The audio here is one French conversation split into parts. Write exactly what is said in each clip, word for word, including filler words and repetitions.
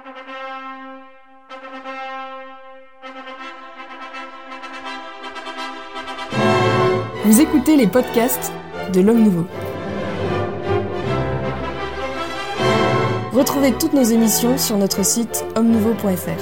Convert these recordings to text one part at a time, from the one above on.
Vous écoutez les podcasts de l'Homme Nouveau. Retrouvez toutes nos émissions sur notre site homme nouveau point f r.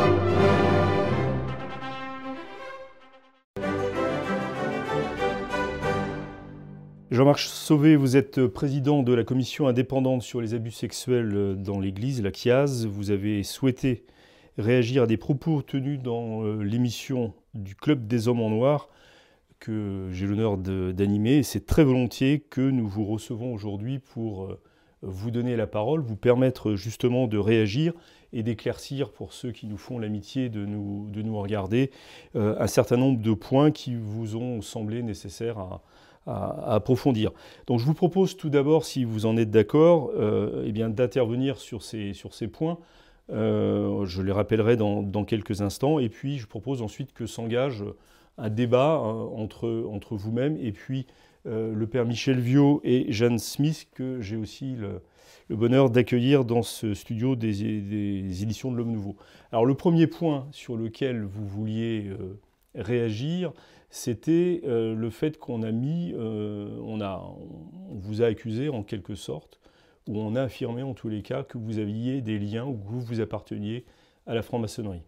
Jean-Marc Sauvé, vous êtes président de la commission indépendante sur les abus sexuels dans l'Église, la C I A S. Vous avez souhaité réagir à des propos tenus dans l'émission du Club des Hommes en Noir que j'ai l'honneur de, d'animer. Et c'est très volontiers que nous vous recevons aujourd'hui pour vous donner la parole, vous permettre justement de réagir et d'éclaircir pour ceux qui nous font l'amitié de nous, de nous regarder euh, un certain nombre de points qui vous ont semblé nécessaires à, à, à approfondir. Donc je vous propose tout d'abord, si vous en êtes d'accord, euh, eh bien, d'intervenir sur ces, sur ces points. Euh, je les rappellerai dans, dans quelques instants et puis je propose ensuite que s'engage un débat hein, entre, entre vous-même et puis euh, le père Michel Viau et Jeanne Smith, que j'ai aussi le, le bonheur d'accueillir dans ce studio des, des éditions de l'Homme Nouveau. Alors le premier point sur lequel vous vouliez euh, réagir, c'était euh, le fait qu'on a mis, euh, on, a, on vous a accusé en quelque sorte, ou on a affirmé en tous les cas que vous aviez des liens ou que vous vous apparteniez à la franc-maçonnerie.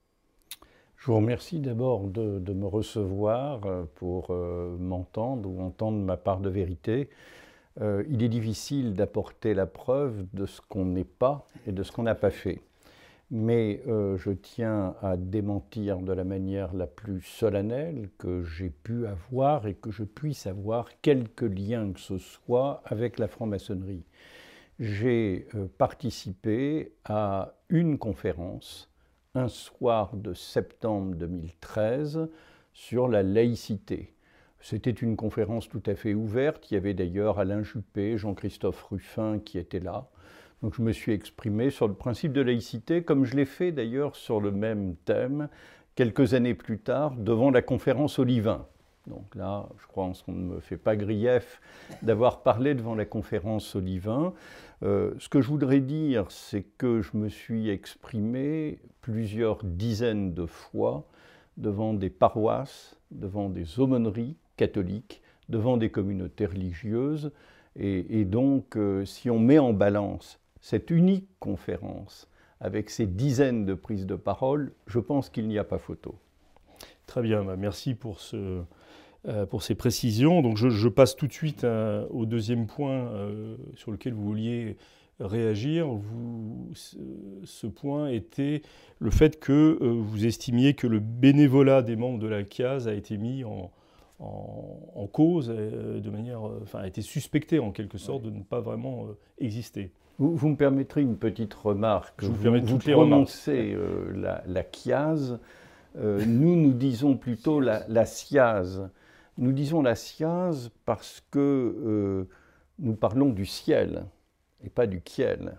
Je vous remercie d'abord de, de me recevoir pour euh, m'entendre ou entendre ma part de vérité. Euh, il est difficile d'apporter la preuve de ce qu'on n'est pas et de ce qu'on n'a pas fait. Mais euh, je tiens à démentir de la manière la plus solennelle que j'ai pu avoir et que je puisse avoir quelque lien que ce soit avec la franc-maçonnerie. J'ai euh, participé à une conférence un soir de septembre deux mille treize sur la laïcité. C'était une conférence tout à fait ouverte. Il y avait d'ailleurs Alain Juppé, Jean-Christophe Ruffin qui étaient là. Donc je me suis exprimé sur le principe de laïcité, comme je l'ai fait d'ailleurs sur le même thème quelques années plus tard devant la conférence Olivin. Donc là, je crois qu'on ne me fait pas grief d'avoir parlé devant la conférence Olivin. Euh, ce que je voudrais dire, c'est que je me suis exprimé plusieurs dizaines de fois devant des paroisses, devant des aumôneries catholiques, devant des communautés religieuses. Et, et donc, euh, si on met en balance cette unique conférence avec ces dizaines de prises de parole, je pense qu'il n'y a pas photo. Très bien, bah merci pour ce... Euh, pour ces précisions. Donc je, je passe tout de suite à, au deuxième point euh, sur lequel vous vouliez réagir. Vous, ce, ce point était le fait que euh, vous estimiez que le bénévolat des membres de la C I A S a été mis en, en, en cause, euh, de manière, euh, enfin a été suspecté en quelque sorte de ne pas vraiment euh, exister. Vous, vous me permettrez une petite remarque. Je vous, vous permets vous toutes les prononcez euh, la, la C I A S. Euh, nous, nous disons plutôt la, la C I A S. Nous disons la C I A S parce que euh, nous parlons du ciel et pas du kiel.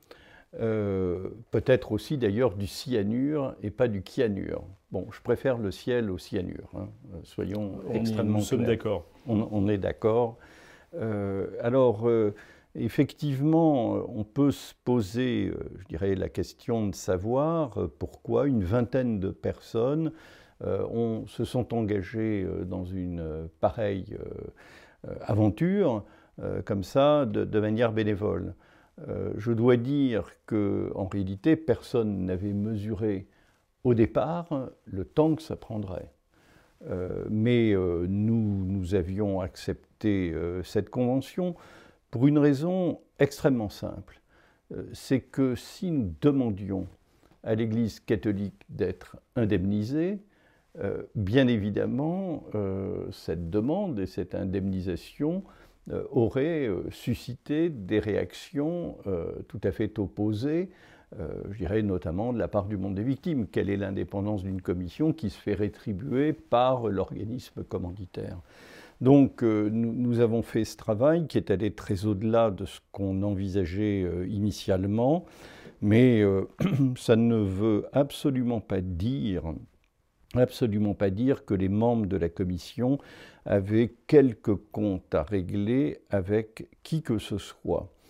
Euh, peut-être aussi d'ailleurs du cyanure et pas du kyanure. Bon, je préfère le ciel au cyanure, hein. Soyons on extrêmement est, nous sommes clairs. d'accord. On, on est d'accord. Euh, alors, euh, effectivement, on peut se poser, euh, je dirais, la question de savoir euh, pourquoi une vingtaine de personnes Euh, on, se sont engagés euh, dans une euh, pareille euh, euh, aventure, euh, comme ça, de, de manière bénévole. Euh, je dois dire qu'en réalité, personne n'avait mesuré au départ le temps que ça prendrait. Euh, mais euh, nous, nous avions accepté euh, cette convention pour une raison extrêmement simple. Euh, c'est que si nous demandions à l'Église catholique d'être indemnisée, Euh, bien évidemment, euh, cette demande et cette indemnisation euh, auraient euh, suscité des réactions euh, tout à fait opposées, euh, je dirais notamment de la part du monde des victimes. Quelle est l'indépendance d'une commission qui se fait rétribuer par l'organisme commanditaire ? Donc euh, nous, nous avons fait ce travail qui est allé très au-delà de ce qu'on envisageait euh, initialement, mais euh, ça ne veut absolument pas dire absolument pas dire que les membres de la commission avaient quelque compte à régler avec qui que ce soit.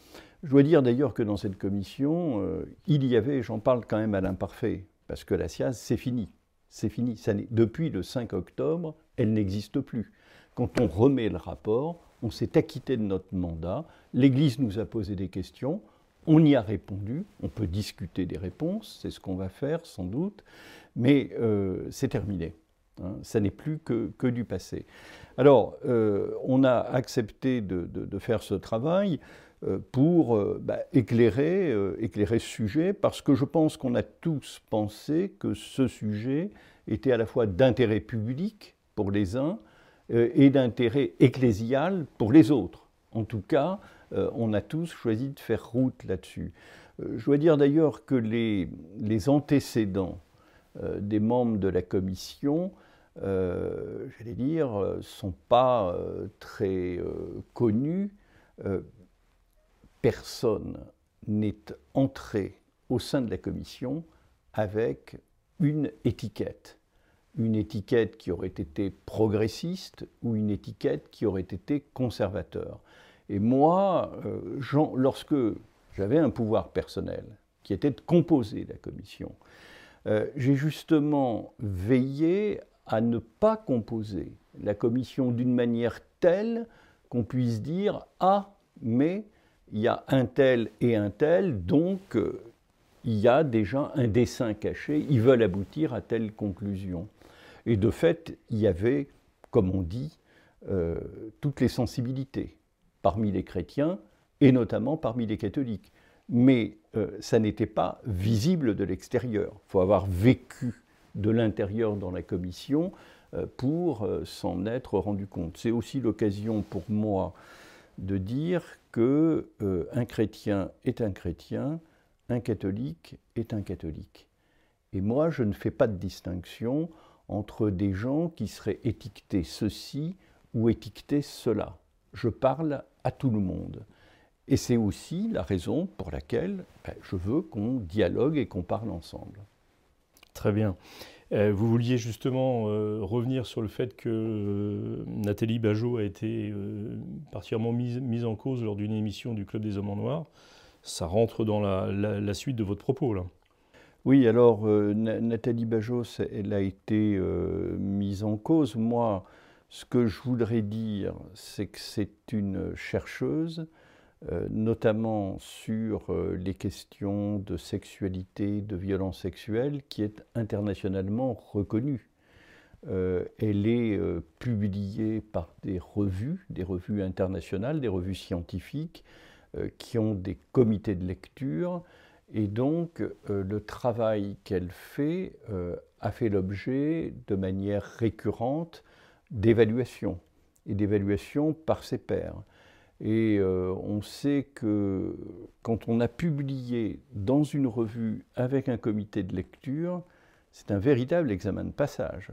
Je dois dire d'ailleurs que dans cette commission, euh, il y avait, j'en parle quand même à l'imparfait, parce que la S I A Z, c'est fini. C'est fini. Ça depuis le cinq octobre, elle n'existe plus. Quand on remet le rapport, on s'est acquitté de notre mandat, l'Église nous a posé des questions, on y a répondu, on peut discuter des réponses, c'est ce qu'on va faire sans doute, mais euh, c'est terminé. Hein, ça n'est plus que, que du passé. Alors, euh, on a accepté de, de, de faire ce travail euh, pour euh, bah, éclairer, euh, éclairer ce sujet, parce que je pense qu'on a tous pensé que ce sujet était à la fois d'intérêt public pour les uns euh, et d'intérêt ecclésial pour les autres. En tout cas, euh, on a tous choisi de faire route là-dessus. Euh, je dois dire d'ailleurs que les, les antécédents euh, des membres de la commission, Euh, j'allais dire, ne sont pas euh, très euh, connus. Euh, personne n'est entré au sein de la commission avec une étiquette. Une étiquette qui aurait été progressiste ou une étiquette qui aurait été conservateur. Et moi, euh, Jean, lorsque j'avais un pouvoir personnel qui était de composer la commission, euh, j'ai justement veillé à ne pas composer la commission d'une manière telle qu'on puisse dire « Ah, mais il y a un tel et un tel, donc euh, il y a déjà un dessein caché, ils veulent aboutir à telle conclusion. » Et de fait, il y avait, comme on dit, euh, toutes les sensibilités parmi les chrétiens et notamment parmi les catholiques. Mais euh, ça n'était pas visible de l'extérieur. Il faut avoir vécu de l'intérieur dans la commission euh, pour euh, s'en être rendu compte. C'est aussi l'occasion pour moi de dire que euh, un chrétien est un chrétien, un catholique est un catholique. Et moi, je ne fais pas de distinction entre des gens qui seraient étiquetés ceci ou étiquetés cela. Je parle à tout le monde. Et c'est aussi la raison pour laquelle ben, je veux qu'on dialogue et qu'on parle ensemble. Très bien. Euh, vous vouliez justement euh, revenir sur le fait que euh, Nathalie Bajo a été euh, particulièrement mise, mise en cause lors d'une émission du Club des Hommes en Noir. Ça rentre dans la, la, la suite de votre propos, là. Oui, alors euh, Nathalie Bajo, elle a été euh, mise en cause. Moi, ce que je voudrais dire, c'est que c'est une chercheuse, Euh, notamment sur euh, les questions de sexualité, de violence sexuelle, qui est internationalement reconnue. Euh, elle est euh, publiée par des revues, des revues internationales, des revues scientifiques, euh, qui ont des comités de lecture, et donc euh, le travail qu'elle fait euh, a fait l'objet de manière récurrente d'évaluation, et d'évaluation par ses pairs. Et euh, on sait que quand on a publié dans une revue avec un comité de lecture, c'est un véritable examen de passage.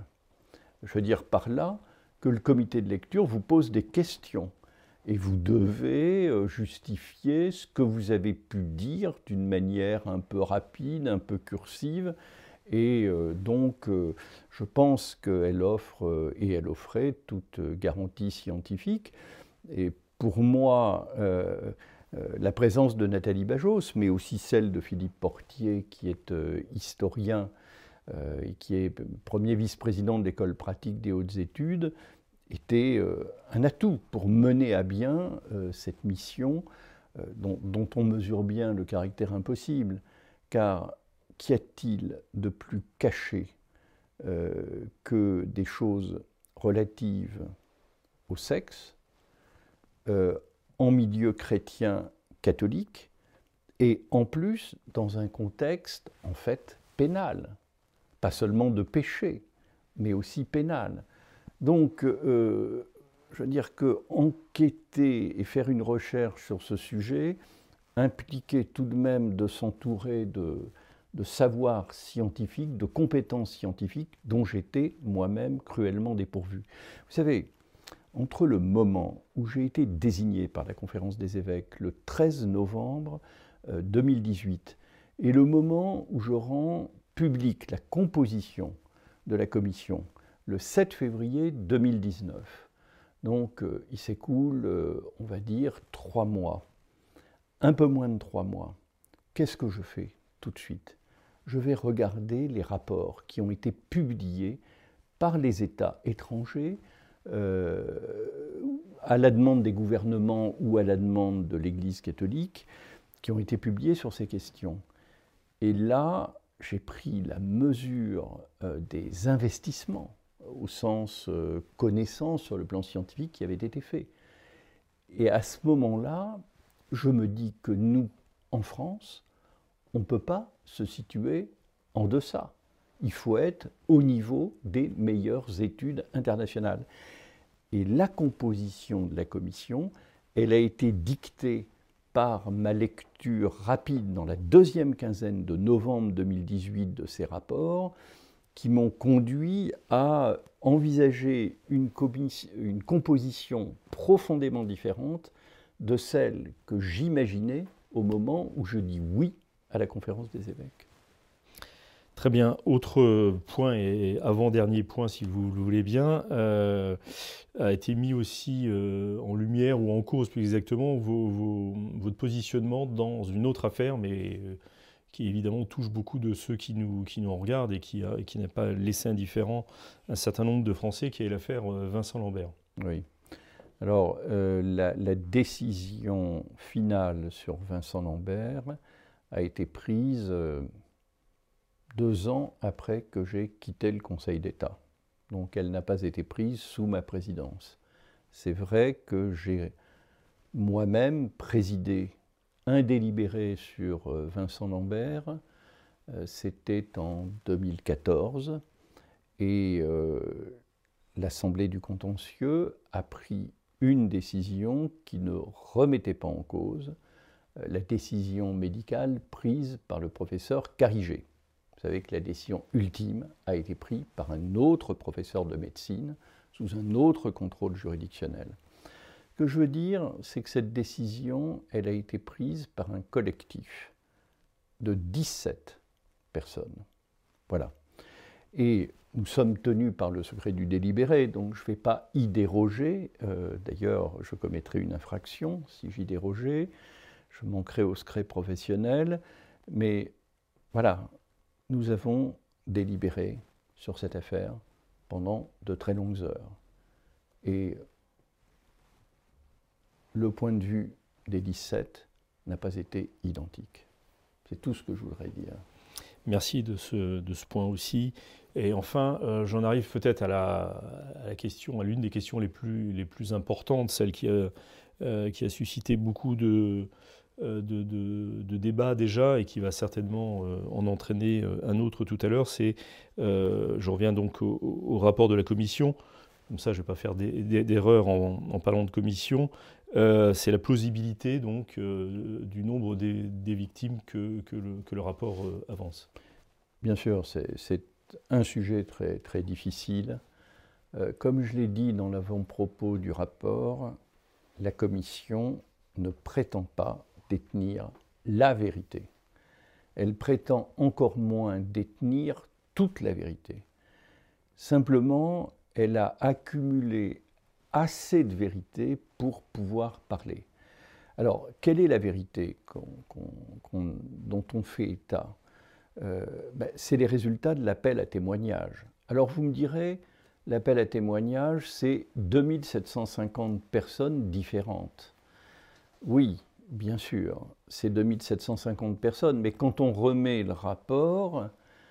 Je veux dire par là que le comité de lecture vous pose des questions et vous devez euh, justifier ce que vous avez pu dire d'une manière un peu rapide, un peu cursive. Et euh, donc, euh, je pense qu'elle offre, euh, et elle offrait, toute euh, garantie scientifique. Et pour moi, euh, euh, la présence de Nathalie Bajos, mais aussi celle de Philippe Portier, qui est euh, historien euh, et qui est premier vice-président de l'école pratique des hautes études, était euh, un atout pour mener à bien euh, cette mission euh, dont, dont on mesure bien le caractère impossible. Car qu'y a-t-il de plus caché euh, que des choses relatives au sexe, Euh, en milieu chrétien catholique, et en plus dans un contexte en fait pénal, pas seulement de péché, mais aussi pénal. Donc, euh, je veux dire que enquêter et faire une recherche sur ce sujet impliquait tout de même de s'entourer de, de savoir scientifique, de compétences scientifiques dont j'étais moi-même cruellement dépourvu. Vous savez, entre le moment où j'ai été désigné par la Conférence des évêques le treize novembre deux mille dix-huit et le moment où je rends publique la composition de la commission le sept février deux mille dix-neuf, donc euh, il s'écoule, euh, on va dire, trois mois. un peu moins de trois mois, qu'est-ce que je fais tout de suite? Je vais regarder les rapports qui ont été publiés par les États étrangers euh, à la demande des gouvernements ou à la demande de l'Église catholique qui ont été publiés sur ces questions. Et là, j'ai pris la mesure euh, des investissements au sens euh, connaissance sur le plan scientifique qui avaient été faits. Et à ce moment-là, je me dis que nous, en France, on ne peut pas se situer en deçà. Il faut être au niveau des meilleures études internationales. Et la composition de la commission, elle a été dictée par ma lecture rapide dans la deuxième quinzaine de novembre deux mille dix-huit de ces rapports, qui m'ont conduit à envisager une, une composition profondément différente de celle que j'imaginais au moment où je dis oui à la conférence des évêques. Très bien. Autre point, et avant-dernier point si vous le voulez bien, euh, a été mis aussi euh, en lumière ou en cause plus exactement vos, vos, votre positionnement dans une autre affaire, mais euh, qui évidemment touche beaucoup de ceux qui nous, qui nous regardent et qui, a, qui n'a pas laissé indifférent un certain nombre de Français, qui est l'affaire Vincent Lambert. Oui. Alors, euh, la, la décision finale sur Vincent Lambert a été prise euh, deux ans après que j'ai quitté le Conseil d'État. Donc, elle n'a pas été prise sous ma présidence. C'est vrai que j'ai moi-même présidé un délibéré sur euh, Vincent Lambert. Euh, c'était en deux mille quatorze. Et euh, l'Assemblée du contentieux a pris une décision qui ne remettait pas en cause euh, la décision médicale prise par le professeur Carigé. Vous savez que la décision ultime a été prise par un autre professeur de médecine sous un autre contrôle juridictionnel. Ce que je veux dire, c'est que cette décision, elle a été prise par un collectif de dix-sept personnes. Voilà. Et nous sommes tenus par le secret du délibéré, donc je ne vais pas y déroger. Euh, d'ailleurs, je commettrai une infraction si j'y dérogeais. Je manquerai au secret professionnel. Mais voilà, nous avons délibéré sur cette affaire pendant de très longues heures. Et le point de vue des dix-sept n'a pas été identique. C'est tout ce que je voudrais dire. Merci de ce, de ce point aussi. Et enfin, euh, j'en arrive peut-être à la, à la question, à l'une des questions les plus, les plus importantes, celle qui a, euh, qui a suscité beaucoup de, de, de, de débats déjà et qui va certainement euh, en entraîner un autre tout à l'heure. C'est, euh, je reviens donc au, au rapport de la commission. Comme ça, je ne vais pas faire d'erreur en, en parlant de commission. Euh, c'est la plausibilité donc, euh, du nombre des, des victimes que, que, le, que le rapport euh, avance. Bien sûr, c'est un sujet très, très difficile. Euh, comme je l'ai dit dans l'avant-propos du rapport, la Commission ne prétend pas détenir la vérité. Elle prétend encore moins détenir toute la vérité. Simplement, elle a accumulé assez de vérité pour pouvoir parler. Alors, quelle est la vérité qu'on, qu'on, qu'on, dont on fait état ? euh, ben, C'est les résultats de l'appel à témoignage. Alors, vous me direz, l'appel à témoignage, c'est deux mille sept cent cinquante personnes différentes. Oui, bien sûr, c'est deux mille sept cent cinquante personnes, mais quand on remet le rapport,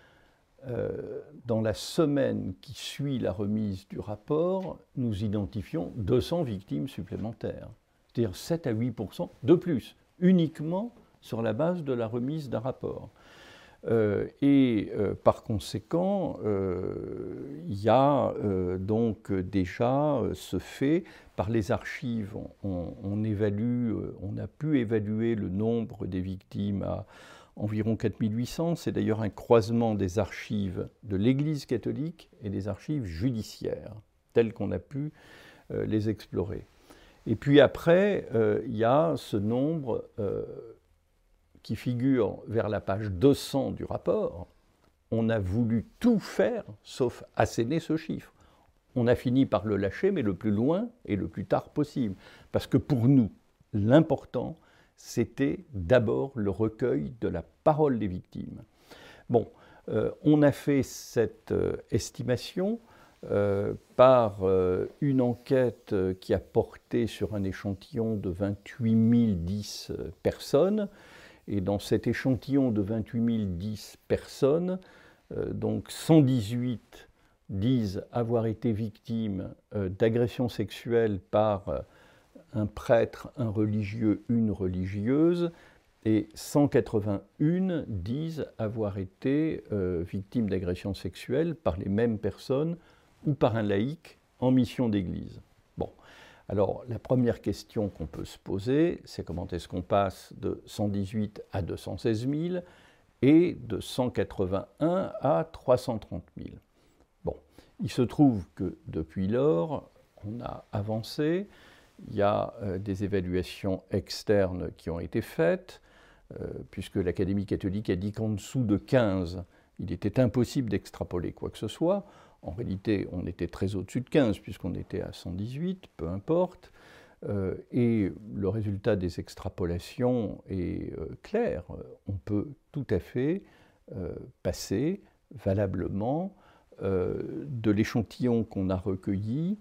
Euh, dans la semaine qui suit la remise du rapport, nous identifions deux cents victimes supplémentaires, c'est-à-dire sept à huit pour cent de plus, uniquement sur la base de la remise d'un rapport. Euh, et euh, par conséquent, euh, il y a euh, donc déjà euh, ce fait, par les archives, on, on, évalue, euh, on a pu évaluer le nombre des victimes à environ quatre mille huit cents, c'est d'ailleurs un croisement des archives de l'Église catholique et des archives judiciaires, telles qu'on a pu euh, les explorer. Et puis après, euh, il y a ce nombre euh, qui figure vers la page deux cents du rapport. On a voulu tout faire, sauf asséner ce chiffre. On a fini par le lâcher, mais le plus loin et le plus tard possible. Parce que pour nous, l'important, c'était d'abord le recueil de la parole des victimes. Bon, euh, on a fait cette euh, estimation euh, par euh, une enquête qui a porté sur un échantillon de vingt-huit mille dix personnes. Et dans cet échantillon de vingt-huit mille dix personnes, euh, donc cent dix-huit disent avoir été victimes euh, d'agressions sexuelles par euh, un prêtre, un religieux, une religieuse, et cent quatre-vingt-un disent avoir été euh, victimes d'agressions sexuelles par les mêmes personnes ou par un laïc en mission d'église. Bon, alors la première question qu'on peut se poser, c'est comment est-ce qu'on passe de cent dix-huit à deux cent seize mille et de cent quatre-vingt-un à trois cent trente mille. Bon, il se trouve que depuis lors, on a avancé. Il y a euh, des évaluations externes qui ont été faites, euh, puisque l'Académie catholique a dit qu'en dessous de quinze, il était impossible d'extrapoler quoi que ce soit. En réalité, on était très au-dessus de quinze, puisqu'on était à cent dix-huit, peu importe. Euh, et le résultat des extrapolations est euh, clair. On peut tout à fait euh, passer valablement euh, de l'échantillon qu'on a recueilli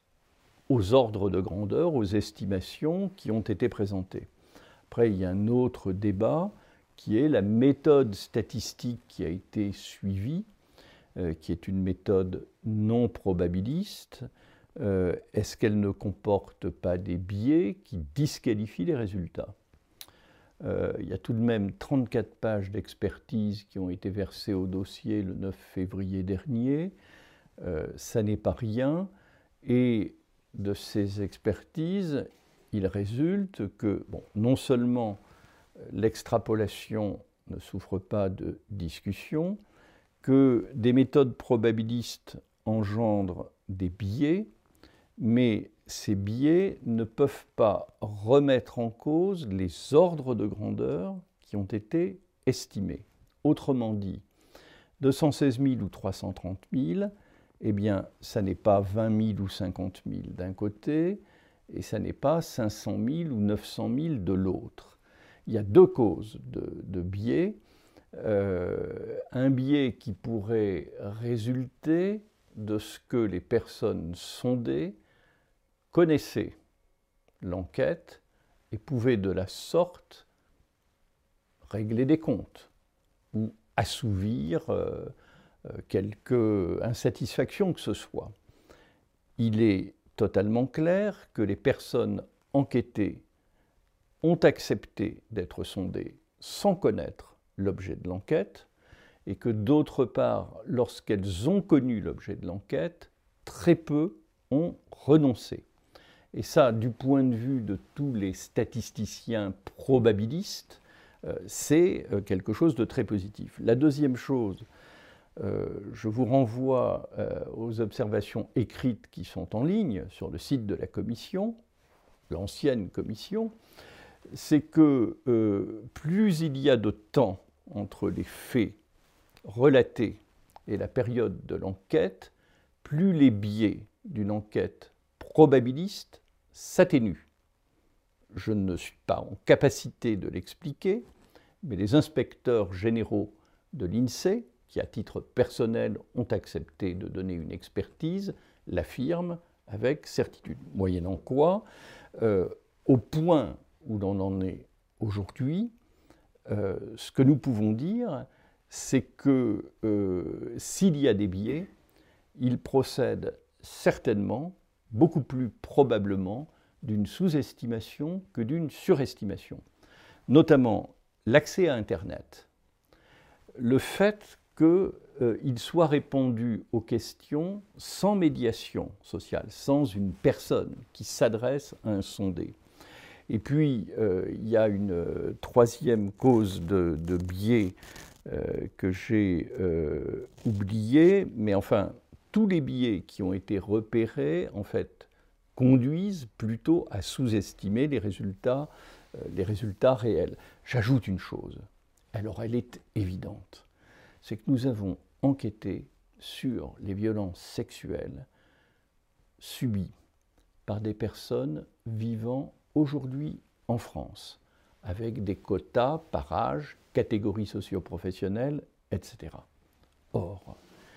aux ordres de grandeur, aux estimations qui ont été présentées. Après, il y a un autre débat qui est la méthode statistique qui a été suivie, euh, qui est une méthode non probabiliste. Euh, est-ce qu'elle ne comporte pas des biais qui disqualifient les résultats ? euh, Il y a tout de même trente-quatre pages d'expertise qui ont été versées au dossier le neuf février dernier. Euh, ça n'est pas rien. Et de ces expertises, il résulte que, bon, non seulement l'extrapolation ne souffre pas de discussion, que des méthodes probabilistes engendrent des biais, mais ces biais ne peuvent pas remettre en cause les ordres de grandeur qui ont été estimés. Autrement dit, deux cent seize mille ou trois cent trente mille, eh bien, ça n'est pas vingt mille ou cinquante mille d'un côté, et ça n'est pas cinq cent mille ou neuf cent mille de l'autre. Il y a deux causes de, de biais. Euh, un biais qui pourrait résulter de ce que les personnes sondées connaissaient l'enquête et pouvaient de la sorte régler des comptes ou assouvir euh, quelque insatisfaction que ce soit. Il est totalement clair que les personnes enquêtées ont accepté d'être sondées sans connaître l'objet de l'enquête, et que d'autre part, lorsqu'elles ont connu l'objet de l'enquête, très peu ont renoncé. Et ça, du point de vue de tous les statisticiens probabilistes, euh, c'est euh, quelque chose de très positif. La deuxième chose, euh, je vous renvoie euh, aux observations écrites qui sont en ligne sur le site de la commission, l'ancienne commission, c'est que euh, plus il y a de temps entre les faits relatés et la période de l'enquête, plus les biais d'une enquête probabiliste s'atténuent. Je ne suis pas en capacité de l'expliquer, mais les inspecteurs généraux de l'INSEE, qui à titre personnel ont accepté de donner une expertise, l'affirment avec certitude. Moyennant quoi, euh, au point où l'on en est aujourd'hui, euh, ce que nous pouvons dire, c'est que euh, s'il y a des biais, ils procèdent certainement, beaucoup plus probablement, d'une sous-estimation que d'une surestimation. Notamment l'accès à Internet, le fait qu'il euh, soit répondu aux questions sans médiation sociale, sans une personne qui s'adresse à un sondé. Et puis, euh, il y a une euh, troisième cause de, de biais euh, que j'ai euh, oubliée, mais enfin, tous les biais qui ont été repérés, en fait, conduisent plutôt à sous-estimer les résultats, euh, les résultats réels. J'ajoute une chose, alors elle est évidente, c'est que nous avons enquêté sur les violences sexuelles subies par des personnes vivant aujourd'hui en France, avec des quotas par âge, catégories socio-professionnelles, et cetera. Or,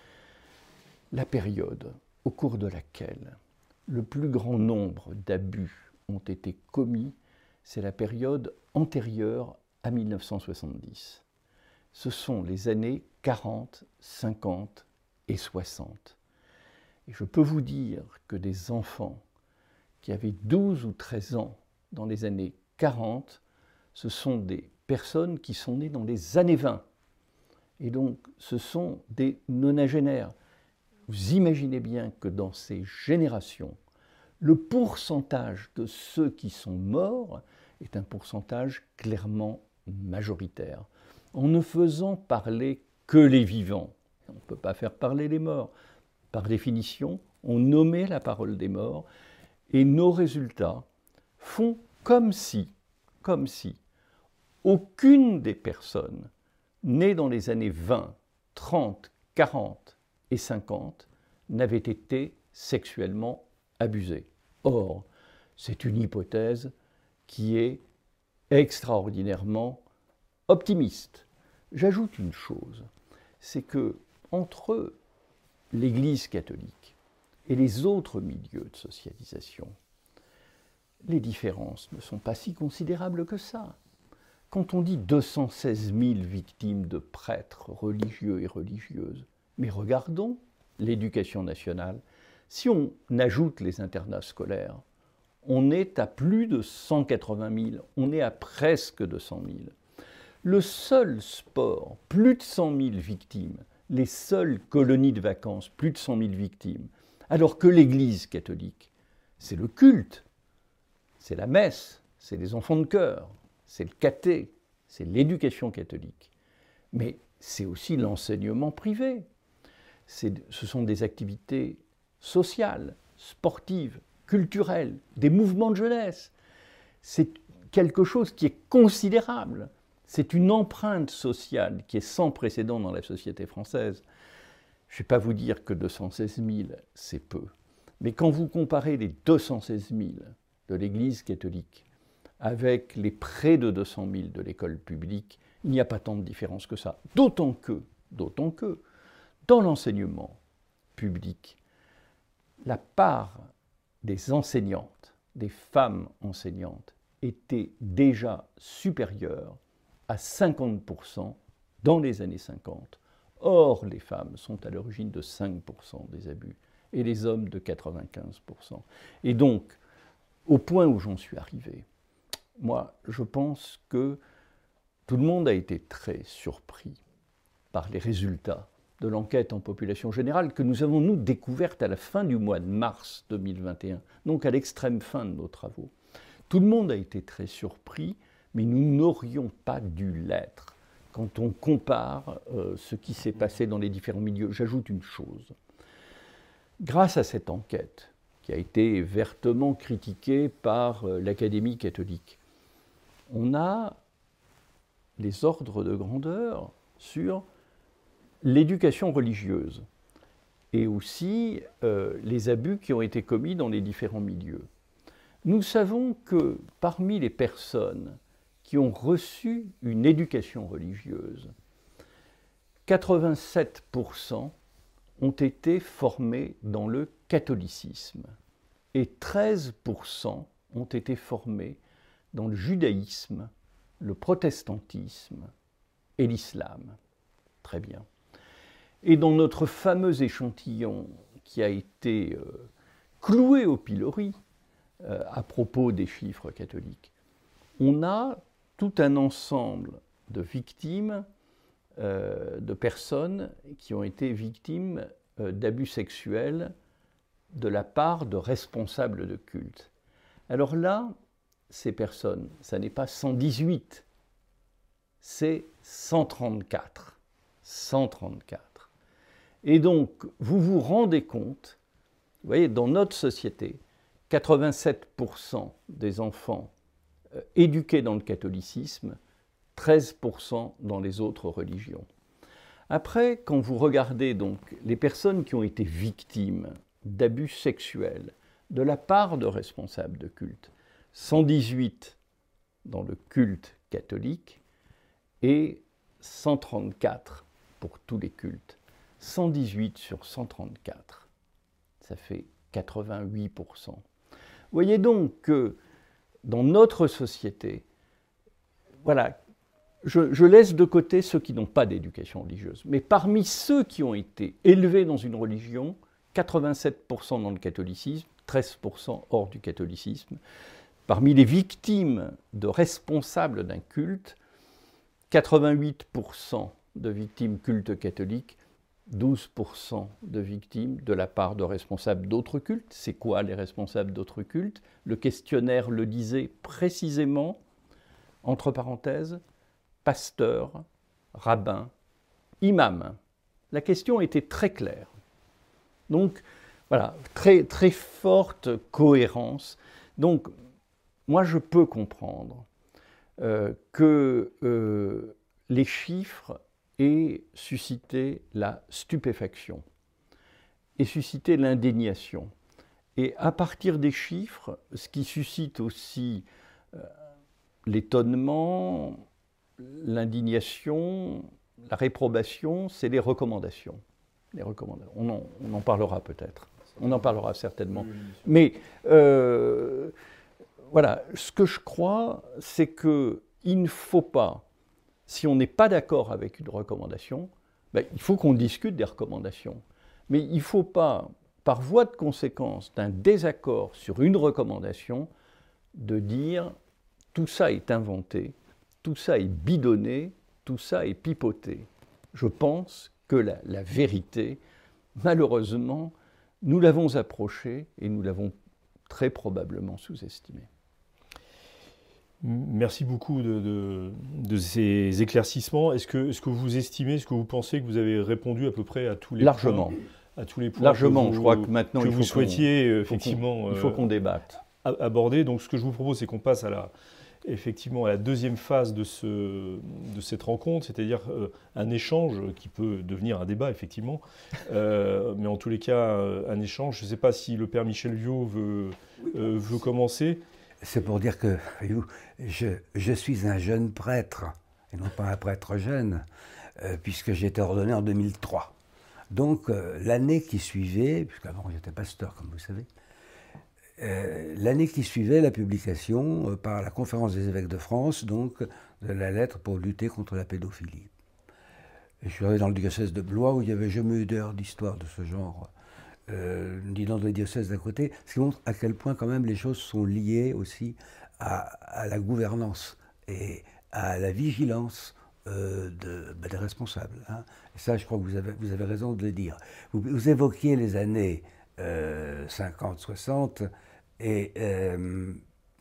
la période au cours de laquelle le plus grand nombre d'abus ont été commis, c'est la période antérieure à mille neuf cent soixante-dix. Ce sont les années quarante, cinquante et soixante. Et je peux vous dire que des enfants qui avaient douze ou treize ans dans les années quarante, ce sont des personnes qui sont nées dans les années vingt. Et donc, ce sont des nonagénaires. Vous imaginez bien que dans ces générations, le pourcentage de ceux qui sont morts est un pourcentage clairement majoritaire. En ne faisant parler que les vivants, on ne peut pas faire parler les morts. Par définition, on nommait la parole des morts et nos résultats font comme si, comme si, aucune des personnes nées dans les années vingt, trente, quarante et cinquante n'avait été sexuellement abusée. Or, c'est une hypothèse qui est extraordinairement optimiste. J'ajoute une chose, c'est que entre l'Église catholique et les autres milieux de socialisation, les différences ne sont pas si considérables que ça. Quand on dit deux cent seize mille victimes de prêtres religieux et religieuses, mais regardons l'éducation nationale. Si on ajoute les internats scolaires, on est à plus de cent quatre-vingt mille, on est à presque deux cent mille. Le seul sport, plus de cent mille victimes, les seules colonies de vacances, plus de cent mille victimes, alors que l'Église catholique, c'est le culte, c'est la messe, c'est les enfants de chœur, c'est le caté, c'est l'éducation catholique. Mais c'est aussi l'enseignement privé. C'est, ce sont des activités sociales, sportives, culturelles, des mouvements de jeunesse. C'est quelque chose qui est considérable. C'est une empreinte sociale qui est sans précédent dans la société française. Je ne vais pas vous dire que deux cent seize mille, c'est peu. Mais quand vous comparez les deux cent seize mille de l'Église catholique avec les près de deux cent mille de l'école publique, il n'y a pas tant de différence que ça. D'autant que, d'autant que, dans l'enseignement public, la part des enseignantes, des femmes enseignantes, était déjà supérieure à cinquante pour cent dans les années cinquante. Or, les femmes sont à l'origine de cinq pour cent des abus et les hommes de quatre-vingt-quinze pour cent. Et donc, au point où j'en suis arrivé, moi, je pense que tout le monde a été très surpris par les résultats de l'enquête en population générale que nous avons, nous, découverte à la fin du mois de mars deux mille vingt et un, donc à l'extrême fin de nos travaux. Tout le monde a été très surpris, mais nous n'aurions pas dû l'être quand on compare euh, ce qui s'est passé dans les différents milieux. J'ajoute une chose. Grâce à cette enquête, qui a été vertement critiquée par euh, l'Académie catholique, on a les ordres de grandeur sur l'éducation religieuse et aussi euh, les abus qui ont été commis dans les différents milieux. Nous savons que parmi les personnes qui ont reçu une éducation religieuse, quatre-vingt-sept pour cent ont été formés dans le catholicisme et treize pour cent ont été formés dans le judaïsme, le protestantisme et l'islam. Très bien. Et dans notre fameux échantillon qui a été euh, cloué au pilori euh, à propos des chiffres catholiques, on a tout un ensemble de victimes, euh, de personnes qui ont été victimes euh, d'abus sexuels de la part de responsables de culte. Alors là, ces personnes, ça n'est pas cent dix-huit, c'est cent trente-quatre. cent trente-quatre. Et donc, vous vous rendez compte, vous voyez, dans notre société, quatre-vingt-sept pour cent des enfants euh, éduqués dans le catholicisme, treize pour cent dans les autres religions. Après, quand vous regardez donc les personnes qui ont été victimes d'abus sexuels de la part de responsables de culte, cent dix-huit dans le culte catholique et cent trente-quatre pour tous les cultes. cent dix-huit sur cent trente-quatre, ça fait quatre-vingt-huit pour cent. Vous voyez donc que dans notre société, voilà, je, je laisse de côté ceux qui n'ont pas d'éducation religieuse, mais parmi ceux qui ont été élevés dans une religion, quatre-vingt-sept pour cent dans le catholicisme, treize pour cent hors du catholicisme. Parmi les victimes de responsables d'un culte, quatre-vingt-huit pour cent de victimes culte catholique, douze pour cent de victimes de la part de responsables d'autres cultes. C'est quoi les responsables d'autres cultes? Le questionnaire le disait précisément, entre parenthèses, pasteur, rabbin, imam. La question était très claire. Donc, voilà, très, très forte cohérence. Donc, moi, je peux comprendre euh, que euh, les chiffres aient suscité la stupéfaction et suscité l'indignation. Et à partir des chiffres, ce qui suscite aussi euh, l'étonnement, l'indignation, la réprobation, c'est les recommandations. Les recommandations. On en, on en parlera peut-être. On en parlera certainement. Mais euh, voilà, ce que je crois, c'est qu'il ne faut pas, si on n'est pas d'accord avec une recommandation, ben, il faut qu'on discute des recommandations. Mais il ne faut pas, par voie de conséquence d'un désaccord sur une recommandation, de dire tout ça est inventé, tout ça est bidonné, tout ça est pipoté. Je pense que la, la vérité, malheureusement, nous l'avons approchée et nous l'avons très probablement sous-estimée. Merci beaucoup de, de, de ces éclaircissements. Est-ce que, est-ce que vous estimez, est-ce que vous pensez que vous avez répondu à peu près à tous les Largement. points, à tous les points Largement, que vous, je crois que maintenant que il faut vous souhaitiez qu'on, effectivement il faut qu'on débatte. Euh, aborder. Donc ce que je vous propose, c'est qu'on passe à la, effectivement à la deuxième phase de, ce, de cette rencontre, c'est-à-dire euh, un échange qui peut devenir un débat, effectivement, euh, mais en tous les cas, euh, un échange. Je ne sais pas si le père Michel Viaud veut, euh, veut commencer. C'est pour dire que je, je suis un jeune prêtre, et non pas un prêtre jeune, euh, puisque j'ai été ordonné en deux mille trois. Donc euh, l'année qui suivait, puisqu'avant j'étais pasteur, comme vous savez, euh, l'année qui suivait la publication euh, par la Conférence des évêques de France, donc de la lettre pour lutter contre la pédophilie. Et je suis arrivé dans le diocèse de Blois où il n'y avait jamais eu d'heure d'histoire de ce genre. Euh, ni dans les diocèses d'à côté, ce qui montre à quel point quand même les choses sont liées aussi à, à la gouvernance et à la vigilance euh, de, bah, des responsables. Hein. Et ça, je crois que vous avez, vous avez raison de le dire. Vous, vous évoquiez les années euh, cinquante, soixante, et euh,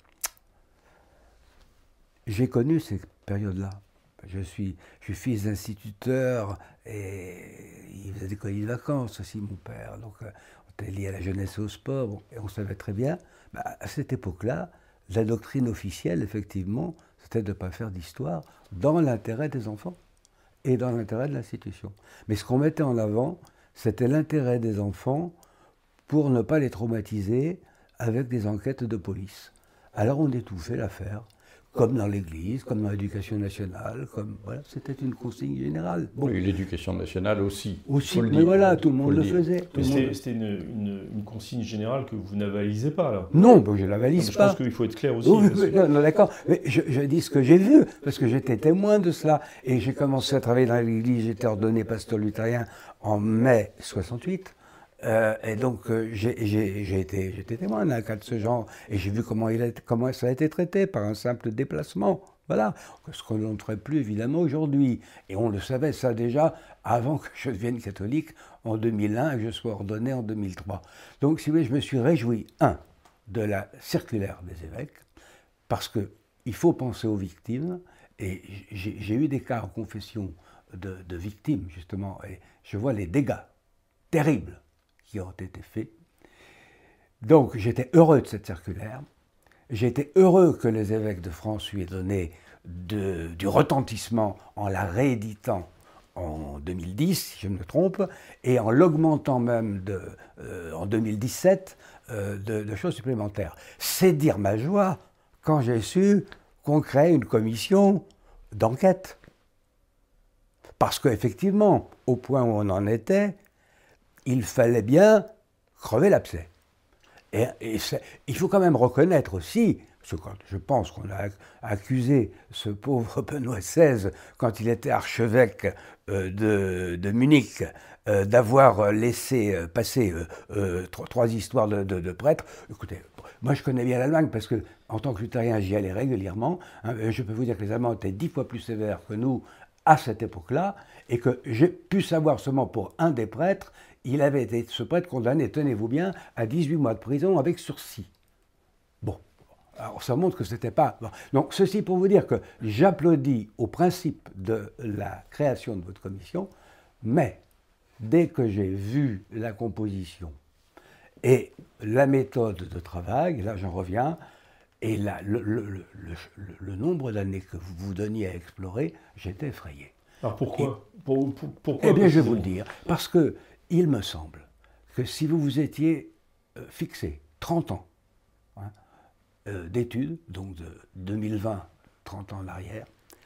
j'ai connu ces périodes-là. Je suis, je suis fils d'instituteur et il faisait des colonies de vacances aussi, mon père. Donc on était lié à la jeunesse et au sport. Bon, et on savait très bien, bah, à cette époque-là, la doctrine officielle, effectivement, c'était de ne pas faire d'histoire dans l'intérêt des enfants et dans l'intérêt de l'institution. Mais ce qu'on mettait en avant, c'était l'intérêt des enfants pour ne pas les traumatiser avec des enquêtes de police. Alors on étouffait l'affaire. Comme dans l'Église, comme dans l'éducation nationale, comme voilà, c'était une consigne générale. Bon. Oui, l'éducation nationale aussi. Aussi, mais dire, voilà, tout le monde le, le faisait. Mais c'était, c'était une, une, une consigne générale que vous n'avalisez pas, là. Non, ben je ne l'avalise non, pas. Je pense qu'il faut être clair aussi. Oui, parce oui, que... non, non, d'accord, mais je, je dis ce que j'ai vu, parce que j'étais témoin de cela. Et j'ai commencé à travailler dans l'Église, j'étais ordonné pasteur luthérien en mai soixante-huit. Euh, et donc, euh, j'ai, j'ai, j'ai été, j'étais témoin d'un cas de ce genre, et j'ai vu comment, il a, comment ça a été traité par un simple déplacement. Voilà, ce qu'on ne ferait plus évidemment aujourd'hui. Et on le savait ça déjà avant que je devienne catholique en deux mille un et que je sois ordonné en deux mille trois. Donc, si vous voulez, je me suis réjoui, un, de la circulaire des évêques, parce qu'il faut penser aux victimes, et j'ai, j'ai eu des cas en confession de, de victimes, justement, et je vois les dégâts terribles qui ont été faits. Donc j'étais heureux de cette circulaire, j'étais heureux que les évêques de France lui aient donné de, du retentissement en la rééditant en deux mille dix, si je ne me trompe, et en l'augmentant même de, euh, en deux mille dix-sept euh, de, de choses supplémentaires. C'est dire ma joie quand j'ai su qu'on crée une commission d'enquête. Parce qu'effectivement, au point où on en était, il fallait bien crever l'abcès. Et, et il faut quand même reconnaître aussi, parce que quand, je pense qu'on a accusé ce pauvre Benoît seize, quand il était archevêque euh, de, de Munich, euh, d'avoir laissé passer euh, euh, trois, trois histoires de, de, de prêtres. Écoutez, moi je connais bien l'Allemagne parce que en tant que luthérien j'y allais régulièrement. Hein, je peux vous dire que les Allemands étaient dix fois plus sévères que nous à cette époque-là, et que j'ai pu savoir seulement pour un des prêtres, il avait été, ce prêtre, condamné, tenez-vous bien, à dix-huit mois de prison avec sursis. Bon, alors ça montre que c'était pas... Bon. Donc ceci pour vous dire que j'applaudis au principe de la création de votre commission, mais dès que j'ai vu la composition et la méthode de travail, là j'en reviens, et là, le, le, le, le, le nombre d'années que vous vous donniez à explorer, j'étais effrayé. Alors pourquoi, et, pour, pour, pourquoi Eh bien, je vais vous le dire. Parce que il me semble que si vous vous étiez euh, fixé trente ans hein, euh, d'études, donc de deux mille vingt, trente ans en arrière,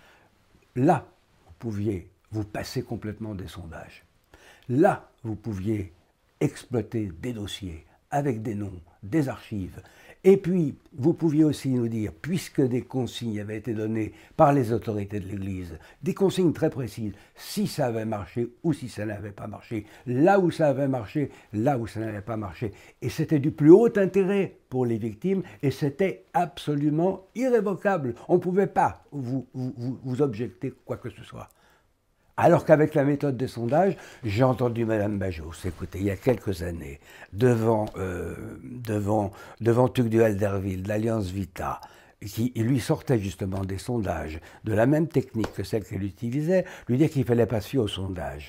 là, vous pouviez vous passer complètement des sondages. Là, vous pouviez exploiter des dossiers avec des noms, des archives. Et puis, vous pouviez aussi nous dire, puisque des consignes avaient été données par les autorités de l'Église, des consignes très précises, si ça avait marché ou si ça n'avait pas marché, là où ça avait marché, là où ça n'avait pas marché. Et c'était du plus haut intérêt pour les victimes et c'était absolument irrévocable. On ne pouvait pas vous, vous, vous objecter quoi que ce soit. Alors qu'avec la méthode des sondages, j'ai entendu Mme Bajos, écoutez, il y a quelques années, devant, euh, devant, devant Tugdual d'Herville, de l'Alliance Vita, qui lui sortait justement des sondages, de la même technique que celle qu'elle utilisait, lui dire qu'il ne fallait pas se fier aux sondages.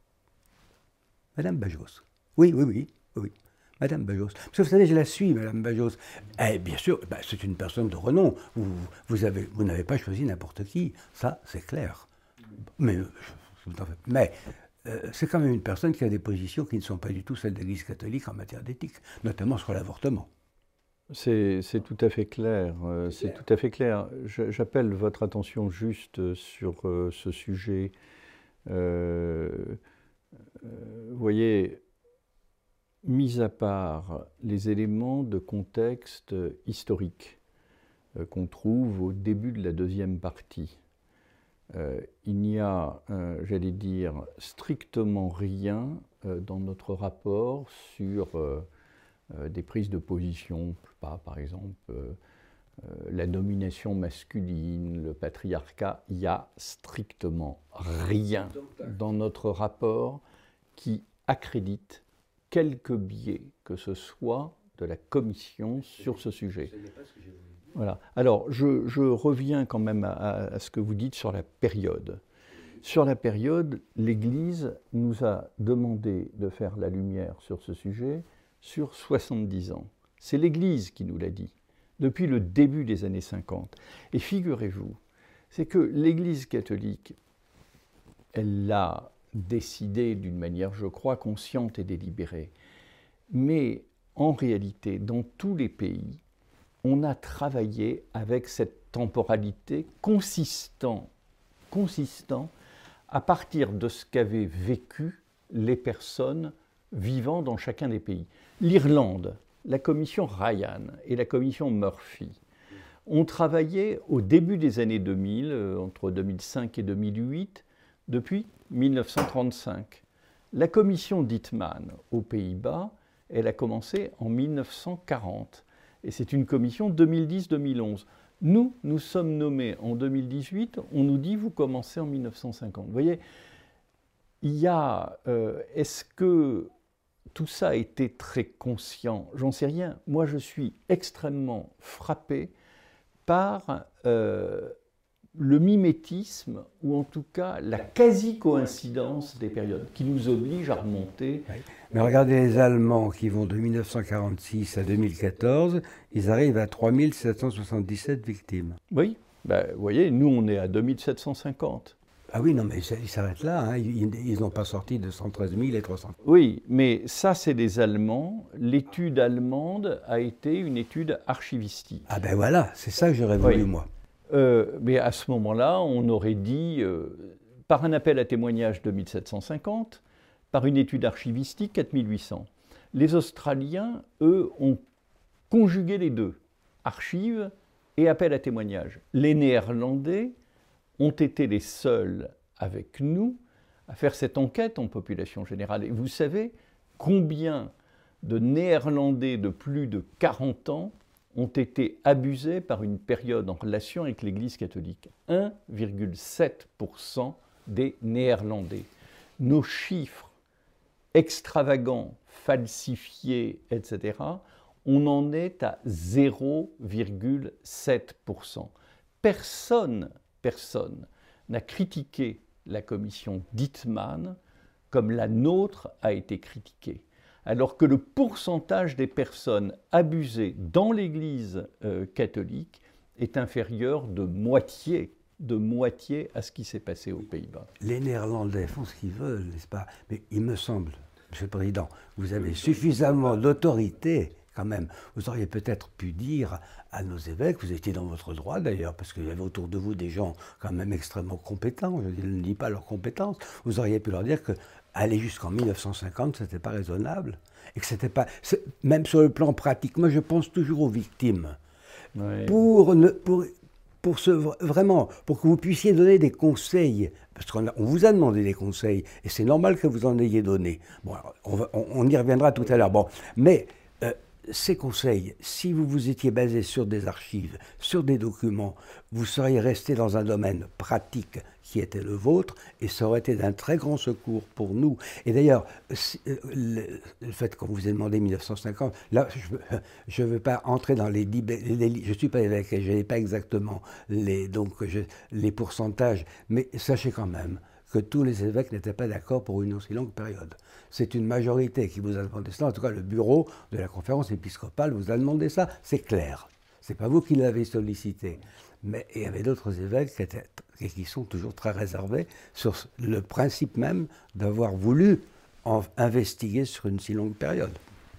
Mme Bajos. Oui, oui, oui, oui. Madame Bajos. Parce que vous savez, je la suis, Madame Bajos. Eh, bien sûr, bah, c'est une personne de renom. Vous, vous, avez, vous n'avez pas choisi n'importe qui. Ça, c'est clair. Mais, mais euh, c'est quand même une personne qui a des positions qui ne sont pas du tout celles de l'Église catholique en matière d'éthique, notamment sur l'avortement. C'est, c'est tout à fait clair. Euh, c'est tout à fait clair. Je, j'appelle votre attention juste sur euh, ce sujet. Euh, euh, vous voyez, mis à part les éléments de contexte historique euh, qu'on trouve au début de la deuxième partie, Euh, il n'y a, euh, j'allais dire, strictement rien euh, dans notre rapport sur euh, euh, des prises de position, pas, par exemple, euh, euh, la domination masculine, le patriarcat. Il n'y a strictement rien dans notre rapport qui accrédite quelque biais que ce soit de la commission sur ce sujet. Voilà. Alors, je, je reviens quand même à, à ce que vous dites sur la période. Sur la période, l'Église nous a demandé de faire la lumière sur ce sujet sur soixante-dix ans. C'est l'Église qui nous l'a dit, depuis le début des années cinquante. Et figurez-vous, c'est que l'Église catholique, elle l'a décidé d'une manière, je crois, consciente et délibérée. Mais en réalité, dans tous les pays, on a travaillé avec cette temporalité consistant, consistant à partir de ce qu'avaient vécu les personnes vivant dans chacun des pays. L'Irlande, la commission Ryan et la commission Murphy ont travaillé au début des années deux mille, entre deux mille cinq et deux mille huit, depuis mille neuf cent trente-cinq. La commission Dittmann aux Pays-Bas, elle a commencé en mille neuf cent quarante. Et c'est une commission deux mille dix deux mille onze. Nous, nous sommes nommés en deux mille dix-huit, on nous dit vous commencez en mille neuf cent cinquante. Vous voyez, il y a, euh, est-ce que tout ça a été très conscient? J'en sais rien. Moi, je suis extrêmement frappé par euh, le mimétisme, ou en tout cas la quasi-coïncidence des périodes, qui nous oblige à remonter. Oui. Mais regardez les Allemands qui vont de mille neuf cent quarante-six à deux mille quatorze, ils arrivent à trois mille sept cent soixante-dix-sept victimes. Oui, ben, vous voyez, nous on est à deux mille sept cent cinquante. Ah oui, non, mais ils s'arrêtent là, hein. Ils n'ont pas sorti de cent treize mille et trois cents. Oui, mais ça c'est des Allemands. L'étude allemande a été une étude archivistique. Ah ben voilà, c'est ça que j'aurais voulu, oui. moi. Euh, mais à ce moment-là, on aurait dit, euh, par un appel à témoignages de mille sept cent cinquante, par une étude archivistique quatre mille huit cents. Les Australiens, eux, ont conjugué les deux, archives et appel à témoignages. Les Néerlandais ont été les seuls avec nous à faire cette enquête en population générale. Et vous savez combien de Néerlandais de plus de quarante ans ont été abusés par une période en relation avec l'Église catholique. un virgule sept pour cent des Néerlandais. Nos chiffres extravagants, falsifiés, et cetera, on en est à zéro virgule sept pour cent. Personne, personne n'a critiqué la commission Dittmann comme la nôtre a été critiquée. Alors que le pourcentage des personnes abusées dans l'Église euh, catholique est inférieur de moitié, de moitié à ce qui s'est passé aux Pays-Bas. Les Néerlandais font ce qu'ils veulent, n'est-ce pas? Mais il me semble, Monsieur le Président, vous avez suffisamment d'autorité quand même. Vous auriez peut-être pu dire à nos évêques, vous étiez dans votre droit d'ailleurs, parce qu'il y avait autour de vous des gens quand même extrêmement compétents, je ne dis pas leurs compétences, vous auriez pu leur dire que aller jusqu'en mille neuf cent cinquante, ce n'était pas raisonnable. Et que c'était pas. Même sur le plan pratique, moi je pense toujours aux victimes. Oui. Pour, ne, pour, pour ce, vraiment, pour que vous puissiez donner des conseils, parce qu'on a, on vous a demandé des conseils, et c'est normal que vous en ayez donné. Bon, alors, on, va, on, on y reviendra tout à l'heure. Bon, mais euh, ces conseils, si vous vous étiez basé sur des archives, sur des documents, vous seriez resté dans un domaine pratique qui était le vôtre, et ça aurait été d'un très grand secours pour nous. Et d'ailleurs, le, le fait qu'on vous ait demandé mille neuf cent cinquante, là, je ne veux pas entrer dans les... les je ne suis pas évêque, je n'ai pas exactement les, donc, je, les pourcentages, mais sachez quand même que tous les évêques n'étaient pas d'accord pour une aussi longue période. C'est une majorité qui vous a demandé cela, en tout cas le bureau de la conférence épiscopale vous a demandé ça, c'est clair. Ce n'est pas vous qui l'avez sollicité. Mais il y avait d'autres évêques qui, étaient, qui sont toujours très réservés sur le principe même d'avoir voulu en investiguer sur une si longue période.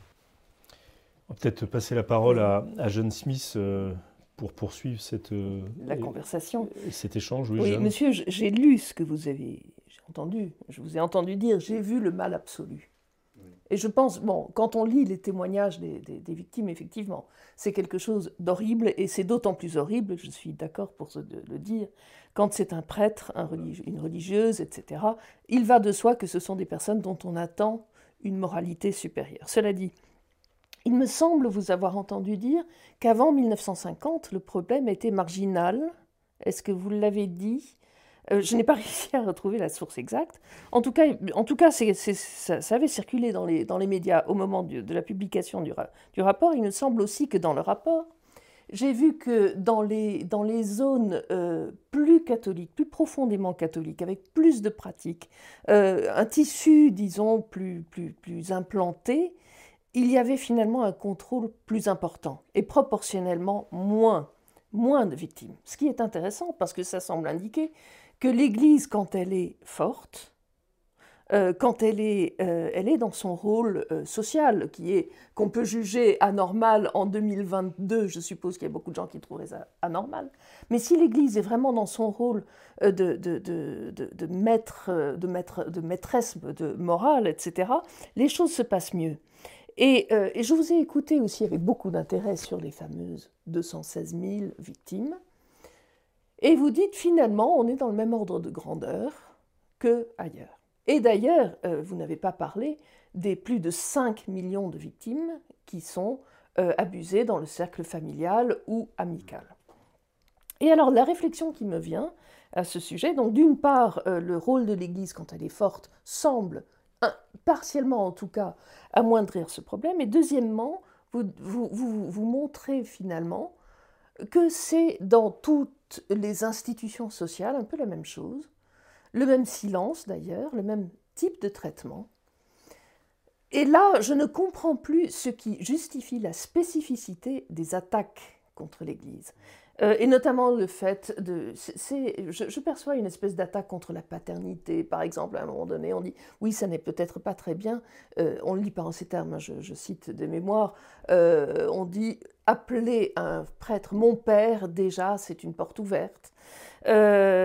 On va peut-être passer la parole à, à Jeanne Smith euh, pour poursuivre cette, euh, la conversation. Cet échange. Oui, oui Jeanne. Monsieur, j'ai lu ce que vous avez entendu. Je vous ai entendu dire, j'ai vu le mal absolu. Et je pense, bon, quand on lit les témoignages des, des, des victimes, effectivement, c'est quelque chose d'horrible, et c'est d'autant plus horrible, je suis d'accord pour ce, de, le dire, quand c'est un prêtre, un religi- une religieuse, et cetera. Il va de soi que ce sont des personnes dont on attend une moralité supérieure. Cela dit, il me semble vous avoir entendu dire qu'avant mille neuf cent cinquante, le problème était marginal. Est-ce que vous l'avez dit ? Euh, je n'ai pas réussi à retrouver la source exacte. En tout cas, en tout cas c'est, c'est, ça, ça avait circulé dans les, dans les médias au moment de, de la publication du, ra, du rapport. Il me semble aussi que dans le rapport, j'ai vu que dans les, dans les zones euh, plus catholiques, plus profondément catholiques, avec plus de pratiques, euh, un tissu, disons, plus, plus, plus implanté, il y avait finalement un contrôle plus important et proportionnellement moins, moins de victimes. Ce qui est intéressant parce que ça semble indiquer que l'Église, quand elle est forte, euh, quand elle est, euh, elle est dans son rôle euh, social, qui est, qu'on peut juger anormal en deux mille vingt-deux, je suppose qu'il y a beaucoup de gens qui trouveraient ça anormal, mais si l'Église est vraiment dans son rôle euh, de, de, de, de, de, maître, de, maître, de maîtresse de morale, et cetera, les choses se passent mieux. Et, euh, et je vous ai écouté aussi avec beaucoup d'intérêt sur les fameuses deux cent seize mille victimes. Et vous dites finalement, on est dans le même ordre de grandeur qu'ailleurs. Et d'ailleurs, euh, vous n'avez pas parlé des plus de cinq millions de victimes qui sont euh, abusées dans le cercle familial ou amical. Et alors, la réflexion qui me vient à ce sujet, donc d'une part, euh, le rôle de l'Église, quand elle est forte, semble, un, partiellement en tout cas, amoindrir ce problème. Et deuxièmement, vous, vous, vous, vous montrez finalement que c'est dans toutes les institutions sociales un peu la même chose, le même silence d'ailleurs, le même type de traitement. Et là, je ne comprends plus ce qui justifie la spécificité des attaques contre l'Église. Euh, et notamment le fait de... C'est, c'est, je, je perçois une espèce d'attaque contre la paternité. Par exemple, à un moment donné, on dit « oui, ça n'est peut-être pas très bien euh, ». On ne le dit pas en ces termes, je, je cite des mémoires. Euh, on dit « appeler un prêtre mon père, déjà, c'est une porte ouverte euh, ».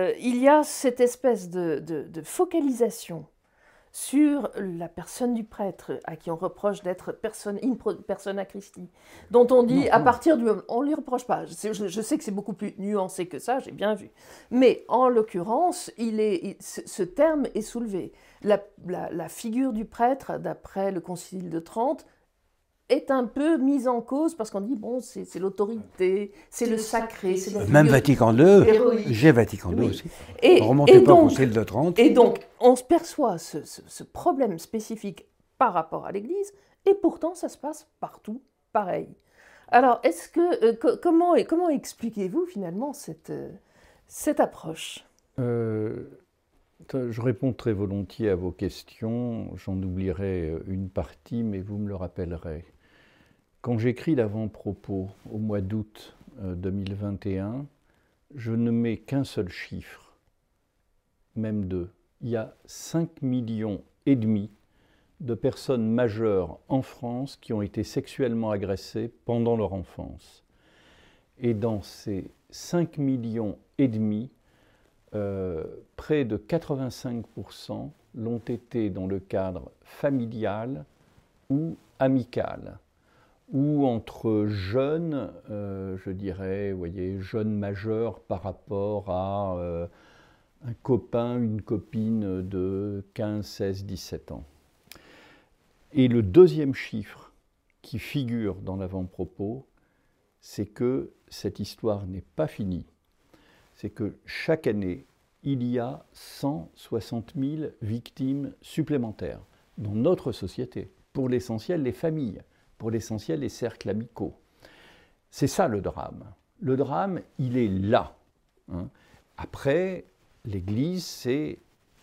Il y a cette espèce de, de, de focalisation sur la personne du prêtre, à qui on reproche d'être personne, in persona Christi, dont on dit, non, à non. partir du moment... On ne lui reproche pas, je, je, je sais que c'est beaucoup plus nuancé que ça, j'ai bien vu. Mais en l'occurrence, il est, il, ce, ce terme est soulevé. La, la, la figure du prêtre, d'après le Concile de Trente, est un peu mise en cause parce qu'on dit, bon, c'est, c'est l'autorité, c'est, c'est le sacré. C'est la Même Vatican deux, héroïque. J'ai Vatican deux oui. aussi. Et, on ne remontait pas donc, au Concile de Trente. Et donc, on se perçoit ce, ce, ce problème spécifique par rapport à l'Église, et pourtant, ça se passe partout pareil. Alors, est-ce que, euh, co- comment, comment expliquez-vous finalement cette, euh, cette approche euh... Je réponds très volontiers à vos questions, j'en oublierai une partie, mais vous me le rappellerez. Quand j'écris l'avant-propos au mois d'août deux mille vingt et un, je ne mets qu'un seul chiffre, même deux. Il y a cinq millions et demi de personnes majeures en France qui ont été sexuellement agressées pendant leur enfance. Et dans ces cinq millions et demi, Euh, près de quatre-vingt-cinq pour cent l'ont été dans le cadre familial ou amical, ou entre jeunes, euh, je dirais, vous voyez, jeunes majeurs par rapport à euh, un copain, une copine de quinze, seize, dix-sept ans. Et le deuxième chiffre qui figure dans l'avant-propos, c'est que cette histoire n'est pas finie. C'est que chaque année, il y a cent soixante mille victimes supplémentaires dans notre société. Pour l'essentiel, les familles, pour l'essentiel, les cercles amicaux. C'est ça le drame. Le drame, il est là. Hein. Après, l'Église, c'est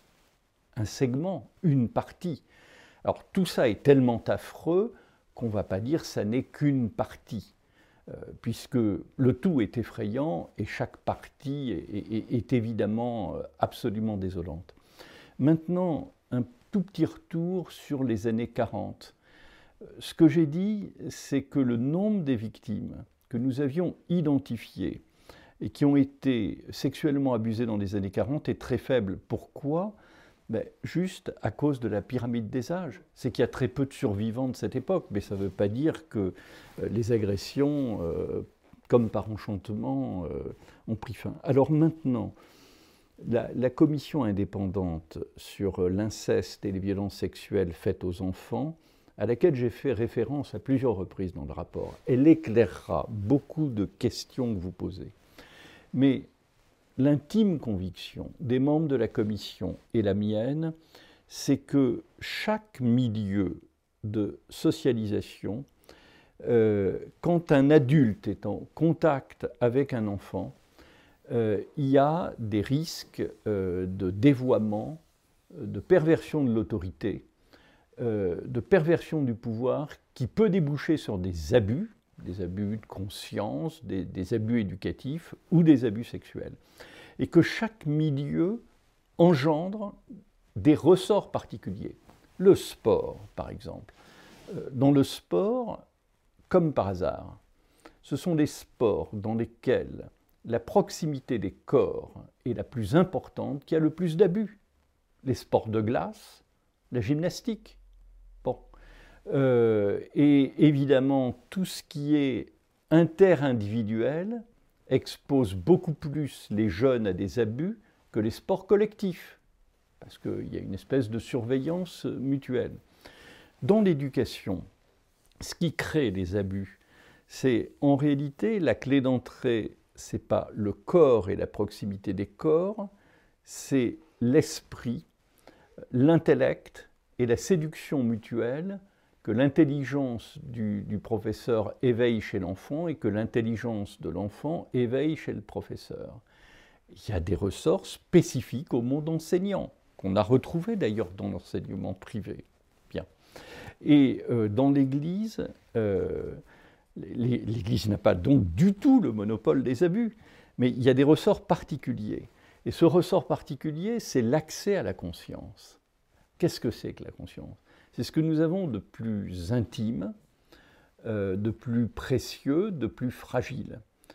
un segment, une partie. Alors tout ça est tellement affreux qu'on ne va pas dire que ça n'est qu'une partie. Euh, puisque le tout est effrayant et chaque partie est, est, est évidemment absolument désolante. Maintenant, un tout petit retour sur les années quarante. Ce que j'ai dit, c'est que le nombre des victimes que nous avions identifiées et qui ont été sexuellement abusées dans les années quarante est très faible. Pourquoi ? Ben, juste à cause de la pyramide des âges. C'est qu'il y a très peu de survivants de cette époque, mais ça ne veut pas dire que euh, les agressions, euh, comme par enchantement, euh, ont pris fin. Alors maintenant, la, la commission indépendante sur l'inceste et les violences sexuelles faites aux enfants, à laquelle j'ai fait référence à plusieurs reprises dans le rapport, elle éclairera beaucoup de questions que vous posez. Mais l'intime conviction des membres de la commission et la mienne, c'est que chaque milieu de socialisation, euh, quand un adulte est en contact avec un enfant, euh, il y a des risques euh, de dévoiement, de perversion de l'autorité, euh, de perversion du pouvoir qui peut déboucher sur des abus, des abus de conscience, des, des abus éducatifs ou des abus sexuels. Et que chaque milieu engendre des ressorts particuliers. Le sport, par exemple. Dans le sport, comme par hasard, ce sont les sports dans lesquels la proximité des corps est la plus importante, qui a le plus d'abus. Les sports de glace, la gymnastique. Bon. Euh, et évidemment, tout ce qui est interindividuel expose beaucoup plus les jeunes à des abus que les sports collectifs, parce qu'il y a une espèce de surveillance mutuelle. Dans l'éducation, ce qui crée les abus, c'est en réalité la clé d'entrée, ce n'est pas le corps et la proximité des corps, c'est l'esprit, l'intellect et la séduction mutuelle que l'intelligence du, du professeur éveille chez l'enfant et que l'intelligence de l'enfant éveille chez le professeur. Il y a des ressorts spécifiques au monde enseignant, qu'on a retrouvés d'ailleurs dans l'enseignement privé. Bien. Et euh, dans l'Église, euh, L'Église n'a pas donc du tout le monopole des abus, mais il y a des ressorts particuliers. Et ce ressort particulier, c'est l'accès à la conscience. Qu'est-ce que c'est que la conscience? C'est ce que nous avons de plus intime, euh, de plus précieux, de plus fragile.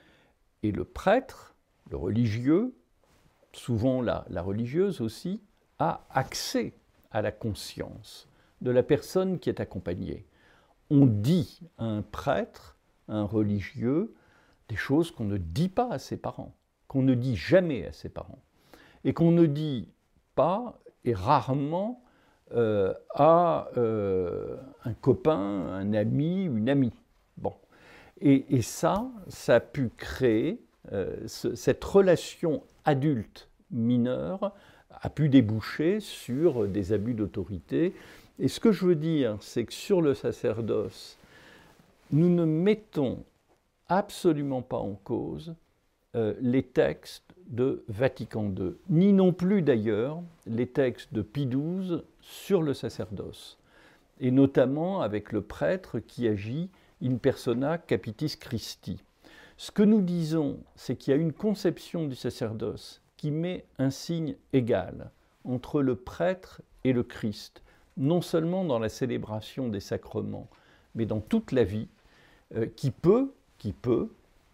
Et le prêtre, le religieux, souvent la, la religieuse aussi, a accès à la conscience de la personne qui est accompagnée. On dit à un prêtre, à un religieux, des choses qu'on ne dit pas à ses parents, qu'on ne dit jamais à ses parents, et qu'on ne dit pas, et rarement, euh, à euh, un copain, un ami, une amie. Bon. Et, et ça, ça a pu créer, euh, ce, cette relation adulte-mineur a pu déboucher sur des abus d'autorité. Et ce que je veux dire, c'est que sur le sacerdoce, nous ne mettons absolument pas en cause euh, les textes de Vatican deux, ni non plus d'ailleurs les textes de Pie douze sur le sacerdoce, et notamment avec le prêtre qui agit in persona capitis Christi. Ce que nous disons, c'est qu'il y a une conception du sacerdoce qui met un signe égal entre le prêtre et le Christ, non seulement dans la célébration des sacrements, mais dans toute la vie, euh, qui peut, qui peut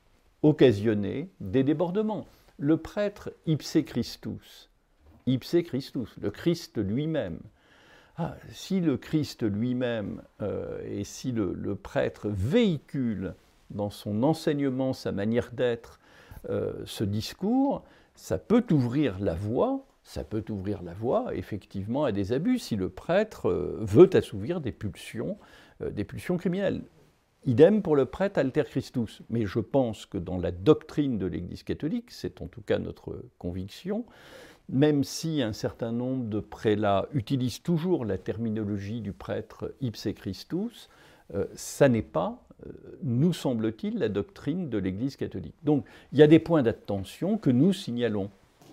occasionner des débordements. Le prêtre ipse Christus, ipse Christus, le Christ lui-même. Ah, si le Christ lui-même euh, et si le, le prêtre véhicule dans son enseignement, sa manière d'être, euh, ce discours, ça peut ouvrir la voie, ça peut ouvrir la voie effectivement à des abus si le prêtre euh, veut assouvir des pulsions, euh, des pulsions criminelles. Idem pour le prêtre alter Christus. Mais je pense que dans la doctrine de l'Église catholique, c'est en tout cas notre conviction, même si un certain nombre de prélats utilisent toujours la terminologie du prêtre ipse Christus, euh, ça n'est pas, euh, nous semble-t-il, la doctrine de l'Église catholique. Donc il y a des points d'attention que nous signalons.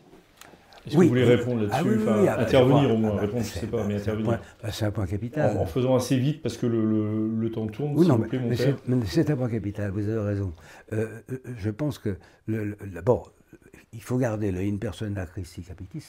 Est-ce oui, que vous voulez répondre là-dessus, ah oui, enfin, oui, ah, intervenir bah, au moins, ah, bah, répondre, je ne sais pas, mais intervenir. Bah, c'est un point capital. En, en faisant assez vite, parce que le, le, le temps tourne, oui, s'il non, vous plaît, mais, mon mais père. c'est, mais c'est un point capital, vous avez raison. Euh, je pense que, le, le, d'abord, il faut garder le in persona Christi capitis,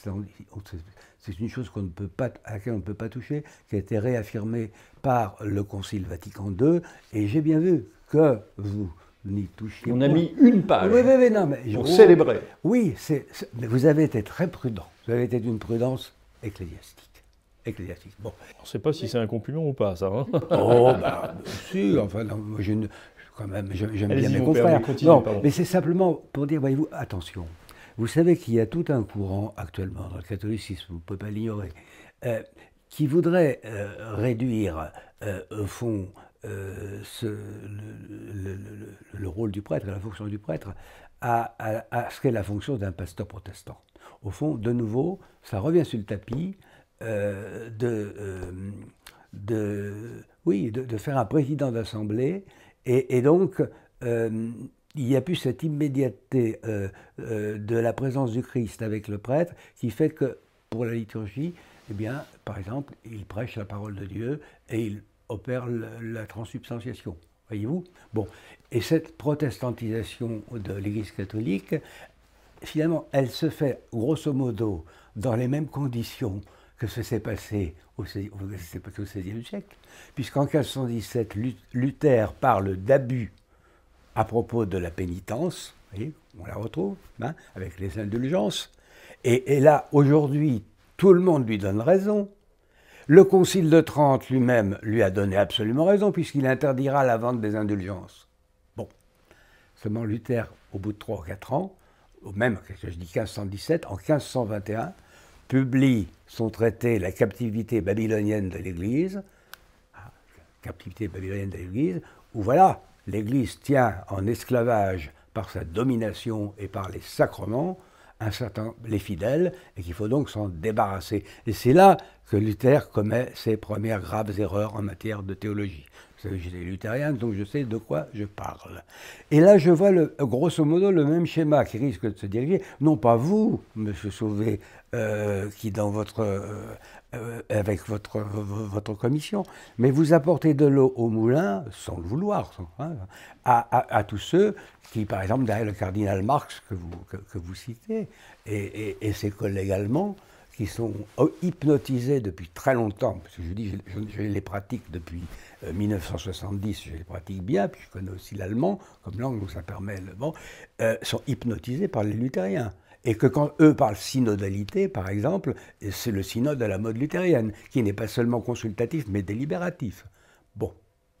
c'est une chose qu'on ne peut pas, à laquelle on ne peut pas toucher, qui a été réaffirmée par le Concile Vatican deux, et j'ai bien vu que vous n'y touchiez On pas. a mis une page oui, oui, oui, non, mais, pour oh, célébrer. Oui, c'est, c'est, mais vous avez été très prudent, vous avez été d'une prudence ecclésiastique. ecclésiastique. Bon. On ne sait pas si c'est un compliment ou pas, ça. Hein. Oh, bah, si, enfin, non, moi, je ne, quand même, j'aime bien Allez-y, mes mon père, confrères. mais continuez, non, pardon. mais c'est simplement pour dire, voyez-vous, attention. Vous savez qu'il y a tout un courant actuellement dans le catholicisme, vous ne pouvez pas l'ignorer, euh, qui voudrait euh, réduire, euh, au fond, euh, ce, le, le, le, le rôle du prêtre, la fonction du prêtre, à, à, à ce qu'est la fonction d'un pasteur protestant. Au fond, de nouveau, ça revient sur le tapis euh, de, euh, de, oui, de, de faire un président d'assemblée, et, et donc euh, il n'y a plus cette immédiateté euh, euh, de la présence du Christ avec le prêtre qui fait que pour la liturgie, eh bien, par exemple, il prêche la parole de Dieu et il opère le, la transsubstantiation. Voyez-vous ? Bon, et cette protestantisation de l'Église catholique, finalement, elle se fait grosso modo dans les mêmes conditions que ce s'est passé au seizième siècle, puisqu'en mille quatre cent dix-sept, Luther parle d'abus à propos de la pénitence, vous voyez, on la retrouve, hein, avec les indulgences, et, et là, aujourd'hui, tout le monde lui donne raison. Le Concile de Trente lui-même lui a donné absolument raison, puisqu'il interdira la vente des indulgences. Bon, seulement Luther, au bout de trois ou quatre ans, ou même, je dis mille cinq cent dix-sept, en mille cinq cent vingt et un, publie son traité « La captivité babylonienne de l'Église », captivité babylonienne de l'Église, où voilà, l'Église tient en esclavage par sa domination et par les sacrements un certain, les fidèles, et qu'il faut donc s'en débarrasser. Et c'est là que Luther commet ses premières graves erreurs en matière de théologie. Vous savez, j'étais luthérien, donc je sais de quoi je parle. Et là, je vois le, grosso modo le même schéma qui risque de se diriger, non pas vous, Monsieur Sauvé, euh, qui dans votre, euh, euh, avec votre, votre commission, mais vous apportez de l'eau au moulin, sans le vouloir, sans, hein, à, à, à tous ceux qui, par exemple, derrière le cardinal Marx que vous, que, que vous citez, et, et, et ses collègues allemands, qui sont hypnotisés depuis très longtemps, parce que je dis, je, je, je les pratique depuis euh, mille neuf cent soixante-dix, je les pratique bien, puis je connais aussi l'allemand comme langue, donc ça permet le bon, euh, sont hypnotisés par les luthériens. Et que quand eux parlent synodalité, par exemple, c'est le synode à la mode luthérienne, qui n'est pas seulement consultatif, mais délibératif. Bon.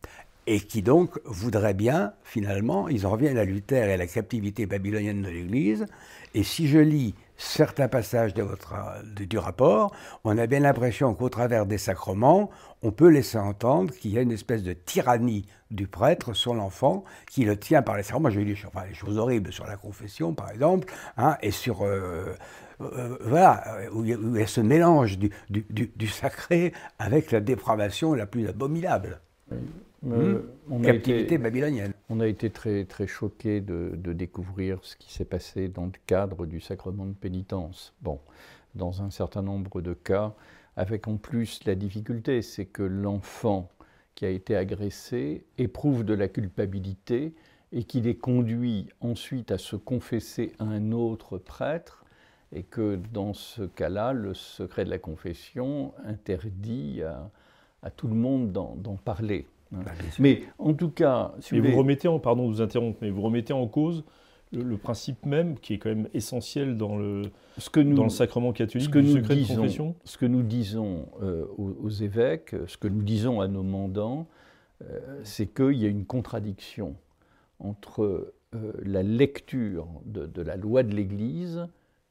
Et qui donc voudrait bien, finalement, ils en reviennent à Luther et à la captivité babylonienne de l'Église, et si je lis certains passages de votre, de, du rapport, on a bien l'impression qu'au travers des sacrements, on peut laisser entendre qu'il y a une espèce de tyrannie du prêtre sur l'enfant qui le tient par les sacrements. Moi, je dis enfin, des choses horribles sur la confession, par exemple, hein, et sur... Euh, euh, voilà, où il, y a, où il y a ce mélange du, du, du, du sacré avec la dépravation la plus abominable. Oui. Euh, mmh. on Captivité été, babylonienne. On a été très, très choqués de, de découvrir ce qui s'est passé dans le cadre du sacrement de pénitence. Bon, dans un certain nombre de cas, avec en plus la difficulté, c'est que l'enfant qui a été agressé éprouve de la culpabilité et qu'il est conduit ensuite à se confesser à un autre prêtre, et que dans ce cas-là, le secret de la confession interdit à, à tout le monde d'en, d'en parler. Bah, mais en tout cas... Si vous, vous remettez en, pardon de vous interrompre, mais vous remettez en cause le, le principe même, qui est quand même essentiel dans le, ce que nous, dans le sacrement catholique, ce que du nous secret disons, de confession. Ce que nous disons euh, aux, aux évêques, ce que nous disons à nos mandants, euh, c'est qu'il y a une contradiction entre euh, la lecture de, de la loi de l'Église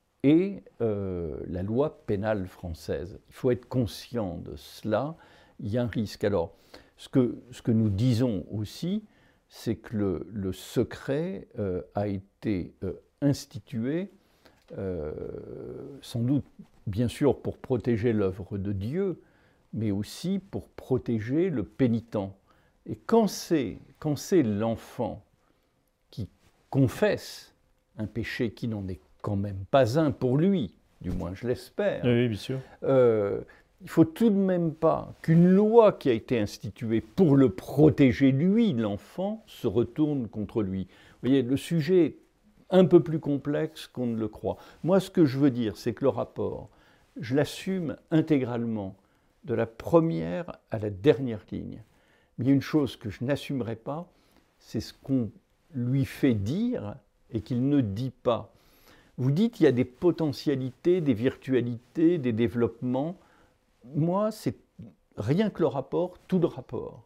et euh, la loi pénale française. Il faut être conscient de cela, il y a un risque. Alors, Ce que, ce que nous disons aussi, c'est que le, le secret euh, a été euh, institué, euh, sans doute, bien sûr, pour protéger l'œuvre de Dieu, mais aussi pour protéger le pénitent. Et quand c'est, quand c'est l'enfant qui confesse un péché qui n'en est quand même pas un pour lui, du moins je l'espère, oui, bien sûr. Euh, il ne faut tout de même pas qu'une loi qui a été instituée pour le protéger, lui, l'enfant, se retourne contre lui. Vous voyez, le sujet est un peu plus complexe qu'on ne le croit. Moi, ce que je veux dire, c'est que le rapport, je l'assume intégralement, de la première à la dernière ligne. Mais il y a une chose que je n'assumerai pas, c'est ce qu'on lui fait dire et qu'il ne dit pas. Vous dites qu'il y a des potentialités, des virtualités, des développements. Moi, c'est rien que le rapport, tout le rapport.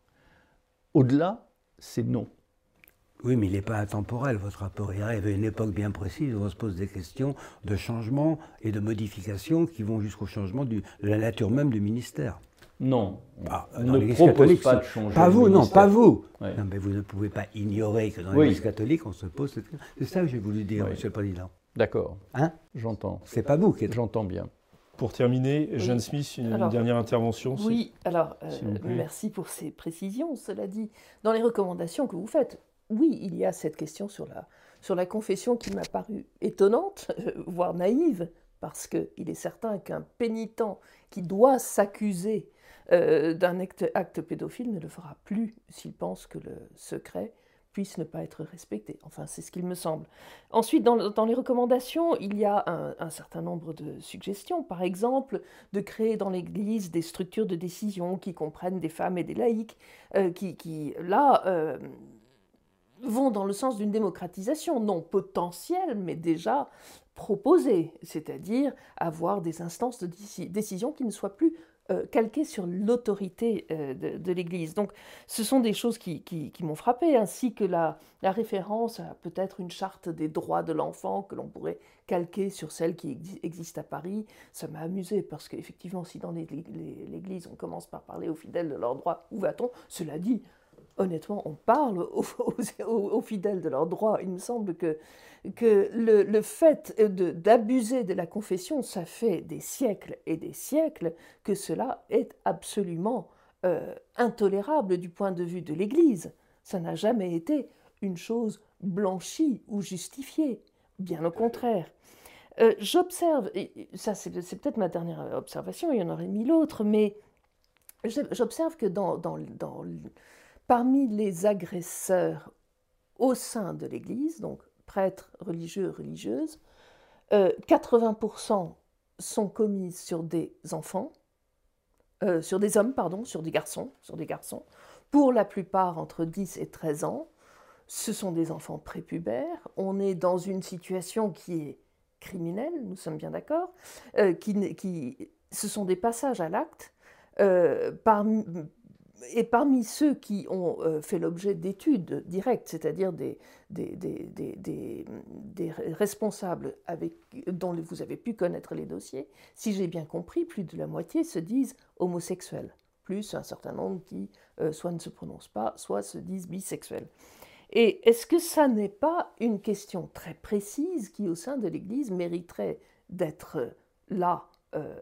Au-delà, c'est non. Oui, mais il n'est pas intemporel, votre rapport. Il arrive à une époque bien précise où on se pose des questions de changement et de modification qui vont jusqu'au changement du, de la nature même du ministère. Non, ah, on dans ne propose pas de changer Pas vous, le non, pas vous. Ouais. Non, mais vous ne pouvez pas ignorer que dans oui. l'Église catholique, on se pose cette question. C'est ça que j'ai voulu dire, oui. Monsieur le Président. D'accord, hein j'entends. C'est pas vous qui êtes... J'entends bien. Pour terminer, oui. Jeanne Smith, une, alors, une dernière intervention. Oui, alors, euh, merci pour ces précisions. Cela dit, dans les recommandations que vous faites, oui, il y a cette question sur la, sur la confession qui m'a paru étonnante, voire naïve, parce qu'il est certain qu'un pénitent qui doit s'accuser euh, d'un acte, acte pédophile ne le fera plus s'il pense que le secret puisse ne pas être respecté. Enfin, c'est ce qu'il me semble. Ensuite, dans, dans les recommandations, il y a un, un certain nombre de suggestions. Par exemple, de créer dans l'Église des structures de décision qui comprennent des femmes et des laïcs, euh, qui, qui, là, euh, vont dans le sens d'une démocratisation, non potentielle, mais déjà proposée, c'est-à-dire avoir des instances de décision qui ne soient plus Euh, calqué sur l'autorité euh, de, de l'Église. Donc ce sont des choses qui, qui, qui m'ont frappé, ainsi que la, la référence à peut-être une charte des droits de l'enfant que l'on pourrait calquer sur celle qui ex- existe à Paris. Ça m'a amusé, parce qu'effectivement, si dans les, les, l'Église on commence par parler aux fidèles de leurs droits, où va-t-on ? Cela dit, honnêtement, on parle aux, aux, aux fidèles de leurs droits. Il me semble que, que le, le fait de, d'abuser de la confession, ça fait des siècles et des siècles que cela est absolument euh, intolérable du point de vue de l'Église. Ça n'a jamais été une chose blanchie ou justifiée, bien au contraire. Euh, j'observe, et ça c'est, c'est peut-être ma dernière observation, il y en aurait mille autres, mais j'observe que dans, dans, dans, parmi les agresseurs au sein de l'Église, donc prêtres, religieux, religieuses, euh, quatre-vingts pour cent sont commises sur des enfants, euh, sur des hommes, pardon, sur des garçons, sur des garçons, pour la plupart entre dix et treize ans. Ce sont des enfants prépubères. On est dans une situation qui est criminelle, nous sommes bien d'accord, euh, qui, qui, ce sont des passages à l'acte. Euh, parmi, et parmi ceux qui ont euh, fait l'objet d'études directes, c'est-à-dire des, des, des, des, des, des responsables avec, dont vous avez pu connaître les dossiers, si j'ai bien compris, plus de la moitié se disent homosexuels, plus un certain nombre qui euh, soit ne se prononcent pas, soit se disent bisexuels. Et est-ce que ça n'est pas une question très précise qui, au sein de l'Église, mériterait d'être là euh,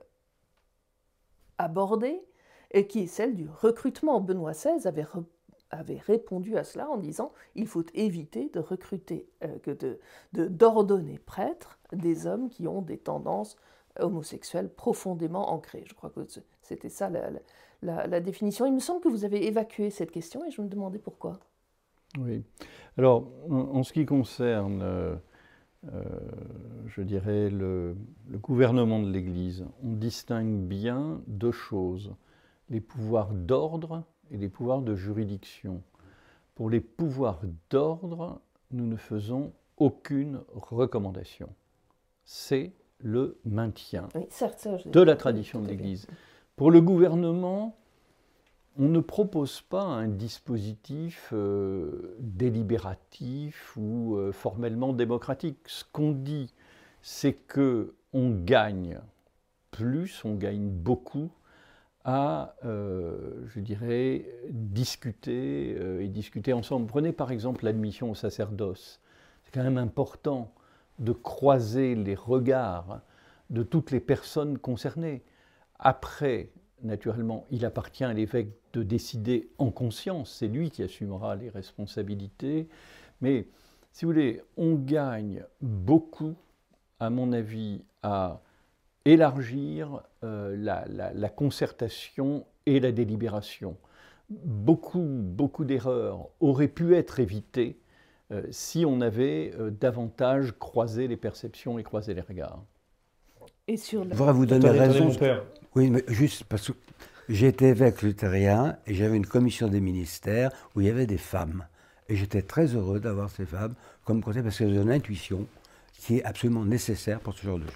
abordée, et qui est celle du recrutement? Benoît seize avait, re, avait répondu à cela en disant il faut éviter de recruter, euh, que de, de, d'ordonner prêtres des hommes qui ont des tendances homosexuelles profondément ancrées. Je crois que c'était ça la, la, la définition. Il me semble que vous avez évacué cette question et je me demandais pourquoi. Oui. Alors, en, en ce qui concerne, euh, euh, je dirais, le, le gouvernement de l'Église, on distingue bien deux choses, les pouvoirs d'ordre et les pouvoirs de juridiction. Pour les pouvoirs d'ordre, nous ne faisons aucune recommandation. C'est le maintien oui, certes, ça, de la tradition de l'Église. Pour le gouvernement, on ne propose pas un dispositif euh, délibératif ou euh, formellement démocratique. Ce qu'on dit, c'est qu'on gagne plus, on gagne beaucoup à, euh, je dirais, discuter euh, et discuter ensemble. Prenez par exemple l'admission au sacerdoce. C'est quand même important de croiser les regards de toutes les personnes concernées. Après, naturellement, il appartient à l'évêque de décider en conscience, c'est lui qui assumera les responsabilités, mais si vous voulez, on gagne beaucoup, à mon avis, à élargir euh, la, la, la concertation et la délibération. Beaucoup, beaucoup d'erreurs auraient pu être évitées euh, si on avait euh, davantage croisé les perceptions et croisé les regards. Et sur la... Je voudrais vous donner attendez, raison. Attendez, mon père. Oui, mais juste parce que j'étais évêque luthérien et j'avais une commission des ministères où il y avait des femmes. Et j'étais très heureux d'avoir ces femmes comme conseil parce qu'elles ont une intuition qui est absolument nécessaire pour ce genre de choses.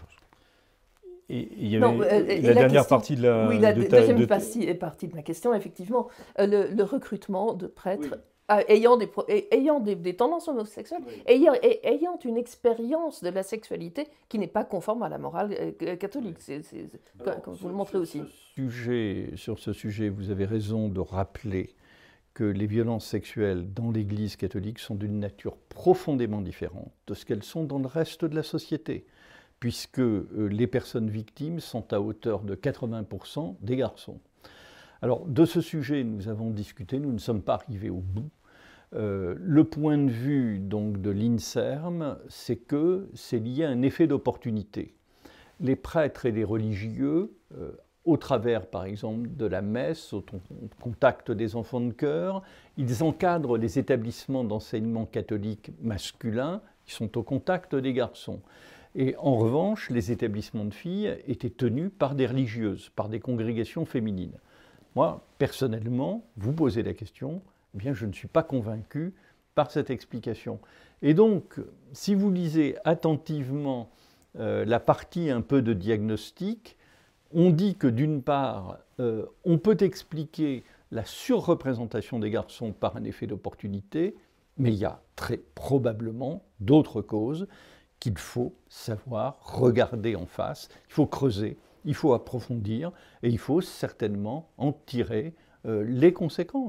Et il y avait non, euh, la, la dernière question, partie de la... Oui, la de ta, deuxième de... partie, partie de ma question, effectivement, euh, le, le recrutement de prêtres oui. euh, ayant, des, ayant des, des tendances homosexuelles, oui. ayant, ayant une expérience de la sexualité qui n'est pas conforme à la morale euh, catholique. C'est, c'est, c'est, Alors, comme vous le montrez aussi. Ce sujet, sur ce sujet, vous avez raison de rappeler que les violences sexuelles dans l'Église catholique sont d'une nature profondément différente de ce qu'elles sont dans le reste de la société, puisque euh, les personnes victimes sont à hauteur de quatre-vingts pour cent des garçons. Alors, de ce sujet, nous avons discuté, nous ne sommes pas arrivés au bout. Euh, le point de vue donc, de l'INSERM, c'est que c'est lié à un effet d'opportunité. Les prêtres et les religieux, euh, au travers, par exemple, de la messe, au contact des enfants de chœur, ils encadrent les établissements d'enseignement catholique masculin qui sont au contact des garçons. Et en revanche, les établissements de filles étaient tenus par des religieuses, par des congrégations féminines. Moi, personnellement, vous posez la question, eh bien, je ne suis pas convaincu par cette explication. Et donc, si vous lisez attentivement euh, la partie un peu de diagnostic, on dit que d'une part, euh, on peut expliquer la surreprésentation des garçons par un effet d'opportunité, mais il y a très probablement d'autres causes qu'il faut savoir regarder en face, il faut creuser, il faut approfondir et il faut certainement en tirer euh, les conséquences.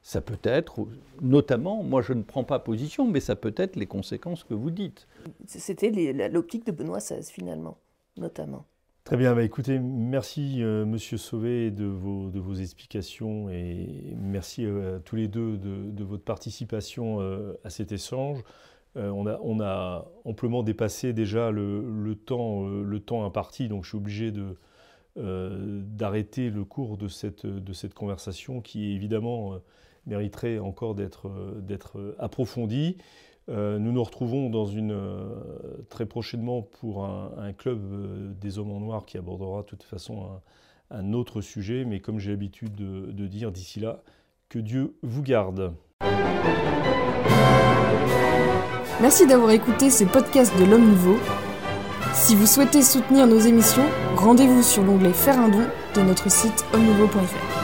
Ça peut être, notamment, moi je ne prends pas position, mais ça peut être les conséquences que vous dites. C'était les, l'optique de Benoît seize, finalement, notamment. Très bien, bah écoutez, merci euh, Monsieur Sauvé de vos, de vos explications et merci euh, à tous les deux de, de votre participation euh, à cet échange. Euh, on, a, on a amplement dépassé déjà le, le, temps, euh, le temps imparti, donc je suis obligé de, euh, d'arrêter le cours de cette, de cette conversation qui évidemment euh, mériterait encore d'être, euh, d'être approfondie. Euh, nous nous retrouvons dans une, euh, très prochainement pour un, un club euh, des hommes en noir qui abordera de toute façon un, un autre sujet, mais comme j'ai l'habitude de, de dire d'ici là, que Dieu vous garde. Merci d'avoir écouté ce podcast de l'Homme Nouveau. Si vous souhaitez soutenir nos émissions, rendez-vous sur l'onglet Faire un don de notre site homme nouveau point f r.